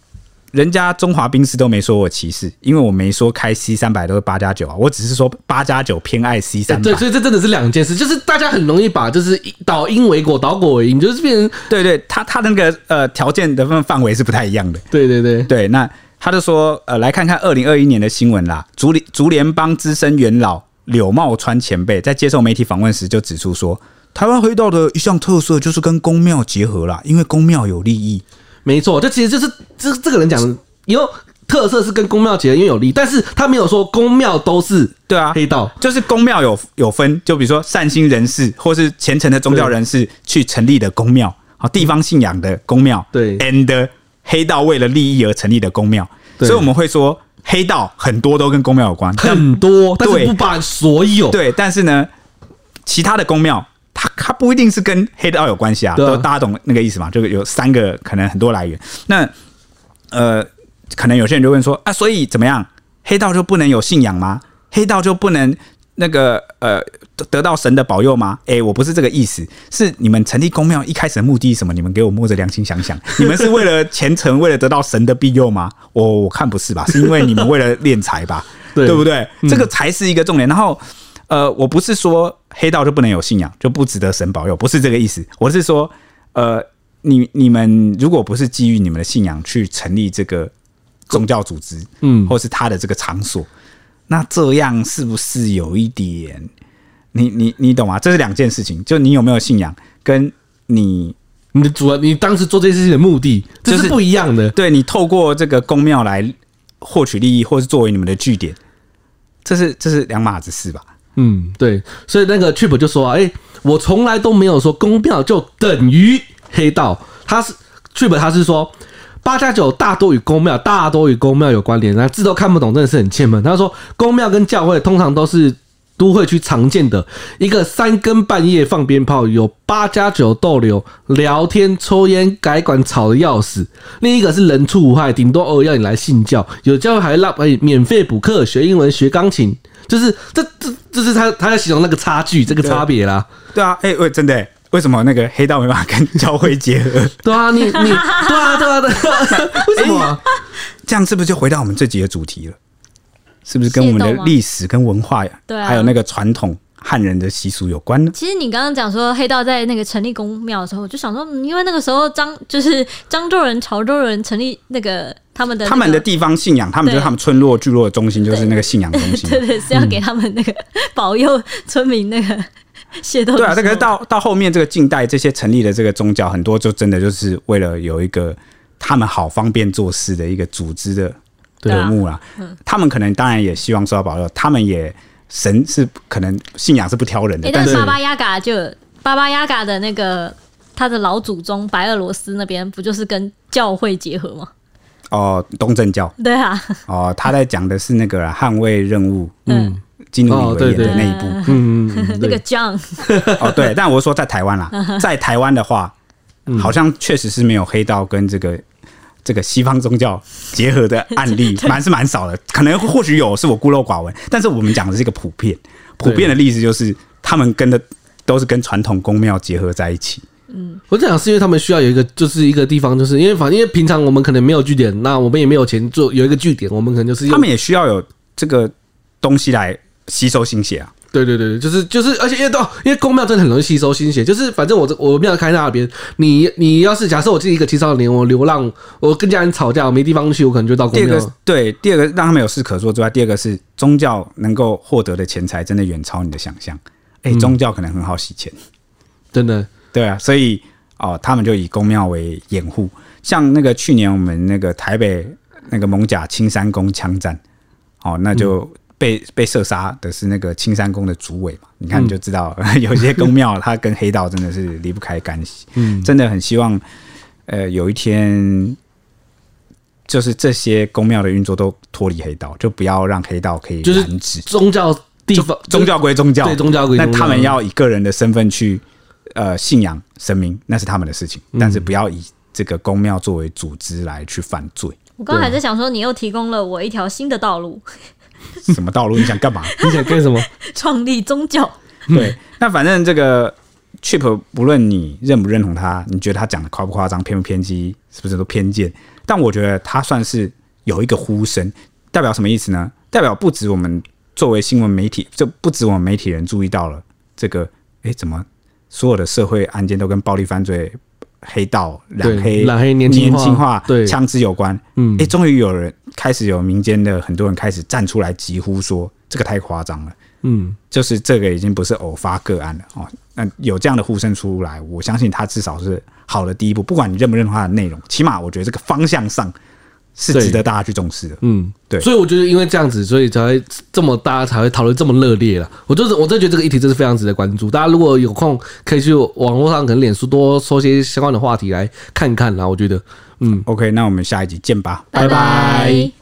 人家中华宾士都没说我歧视，因为我没说开 C 三百都是八加九啊，我只是说八加九偏爱 C 三百。 对，所以这真的是两件事，就是大家很容易把就是倒因为果，倒果为因，就是变成对对，他他的那个呃条件的范围是不太一样的。 对对对对，那他就说呃，来看看二零二一年的新闻啦，竹竹联帮资深元老柳茂川前辈在接受媒体访问时就指出说，台湾黑道的一项特色就是跟公庙结合啦，因为公庙有利益。 没错，这其实就是这这个人讲的，因为特色是跟公庙结合，因为有利，但是他没有说公庙都是对啊黑道， 就是公庙有有分，就比如说善心人士或是虔诚的宗教人士去成立的公庙，好地方信仰的公庙， 对 ，and 黑道为了利益而成立的公庙，所以我们会说黑道很多都跟公庙有关， 很多，但是不把所有对，但是呢，其他的公庙。它它不一定是跟黑道有关系啊，都大家懂那个意思嘛？就有三个可能很多来源。那呃，可能有些人就问说啊，所以怎么样？黑道就不能有信仰吗？黑道就不能那个呃得到神的保佑吗？哎、欸，我不是这个意思，是你们成立公庙一开始的目的是什么？你们给我摸着良心想想，你们是为了虔诚，为了得到神的庇佑吗？我我看不是吧？是因为你们为了敛财吧？对, 对不对？嗯、这个才是一个重点。然后。呃，我不是说黑道就不能有信仰，就不值得神保佑，不是这个意思。我是说，呃，你你们如果不是基于你们的信仰去成立这个宗教组织，嗯，或是他的这个场所，那这样是不是有一点？你你你懂吗？这是两件事情，就你有没有信仰，跟你你的主要你当时做这件事情的目的，这是不一样的。 就是、对你透过这个公庙来获取利益，或是作为你们的据点，这是这是两码子事吧？ 嗯，对，所以那个 Trip 就说啊，哎、欸，我从来都没有说公庙就等于黑道，他是 Trip 他是说八加九大多与公庙大多与公庙有关联，那字都看不懂，真的是很欠闷。他说公庙跟教会通常都是都会区常见的一个三更半夜放鞭炮，有八加九逗留、聊天、抽烟、改管吵得要死；另一个是人畜无害，顶多偶尔要你来信教，有教会还让哎免费补课、学英文、学钢琴。就是这这这是他他在形容那个差距，这个差别啦。 对啊，哎、欸，喂，真的、欸，为什么那个黑道没办法跟教会结合？ 对啊，你你对啊对啊对啊，为什么、啊欸？ 这样是不是就回到我们这集的主题了？是不是跟我们的历史跟文化呀， 对、啊， 还有那个传统汉人的习俗有关呢？ 其实你刚刚讲说黑道在那个成立公庙的时候，我就想说，因为那个时候漳就是漳州人、潮州人成立那个。他们的、那个、 他们的地方信仰，他们就是他们村落聚落的中心，就是那个信仰中心。 对 对, 对，是要给他们那个保佑村民那个械斗。 对啊，这个到到后面这个近代这些成立的这个宗教，很多就真的就是为了有一个他们好方便做事的一个组织的科目啦。嗯、他们可能当然也希望受到保佑，他们也神是可能信仰是不挑人的。 欸、但是巴巴亚嘎就巴巴亚嘎的那个他的老祖宗白俄罗斯那边不就是跟教会结合吗？ 哦，东正教。 对啊。 哦，他在讲的是那个捍卫任务，嗯，金努里维演的那一部， 哦、嗯嗯， 那个 John。 哦，对，但我说在台湾啦，在台湾的话，好像确实是没有黑道跟这个这个西方宗教结合的案例，蛮是蛮少的。可能或许有，是我孤陋寡闻。但是我们讲的是一个普遍，普遍的例子就是他们跟的都是跟传统宫庙结合在一起。 嗯，我讲是因为他们需要有一个，就是一个地方，就是因为反正因为平常我们可能没有据点，那我们也没有钱做有一个据点，我们可能就是他们也需要有这个东西来吸收心血啊。 对对对，就是就是，而且因为到因为公庙真的很容易吸收心血，就是反正我我庙开在那边，你你要是假设我自己一个青少年，我流浪，我跟家人吵架，我没地方去，我可能就到公庙。 第二个对，第二个让他们有事可做之外，第二个是宗教能够获得的钱财真的远超你的想象。哎、欸，宗教可能很好洗钱，嗯、 真的。 对啊，所以哦，他们就以公庙为掩护。像那个去年我们那个台北那个艋舺青山宫枪战，哦，那就被、嗯、被射杀的是那个青山宫的主委嘛。你看你就知道，嗯、有些公庙它跟黑道真的是离不开干系。嗯，真的很希望，呃，有一天就是这些公庙的运作都脱离黑道，就不要让黑道可以染指宗教地方， 宗教归宗教， 对宗教归宗教， 那他们要以个人的身份去。呃，信仰神明那是他们的事情，嗯、但是不要以这个公庙作为组织来去犯罪。 我刚才还在想说，你又提供了我一条新的道路。 什么道路？你想干嘛？ 你想干什么？ 创立宗教。 对，那反正这个 Chip， 不论你认不认同他，你觉得他讲的夸不夸张、偏不偏激，是不是都偏见？ 但我觉得它算是有一个呼声，代表什么意思呢？代表不止我们作为新闻媒体，就不止我们媒体人注意到了这个，哎，怎么所有的社会案件都跟暴力犯罪、黑道、染黑、 染黑年轻化、 轻化对枪支有关？ 嗯， 哎，终于有人开始有民间的很多人开始站出来疾呼说，这个太夸张了。 嗯， 就是这个已经不是偶发个案了哦。那有这样的呼声出来，我相信它至少是好的第一步。不管你认不认同它的内容，起码我觉得这个方向上是值得大家去重视的。 嗯， 对。 所以我觉得因为这样子，所以才会这么大家才会讨论这么热烈了。我就是我真的觉得这个议题真是非常值得关注。大家如果有空，可以去网络上可能脸书多搜些相关的话题来看看啦。我觉得，嗯 ，OK， 那我们下一集见吧， 拜拜。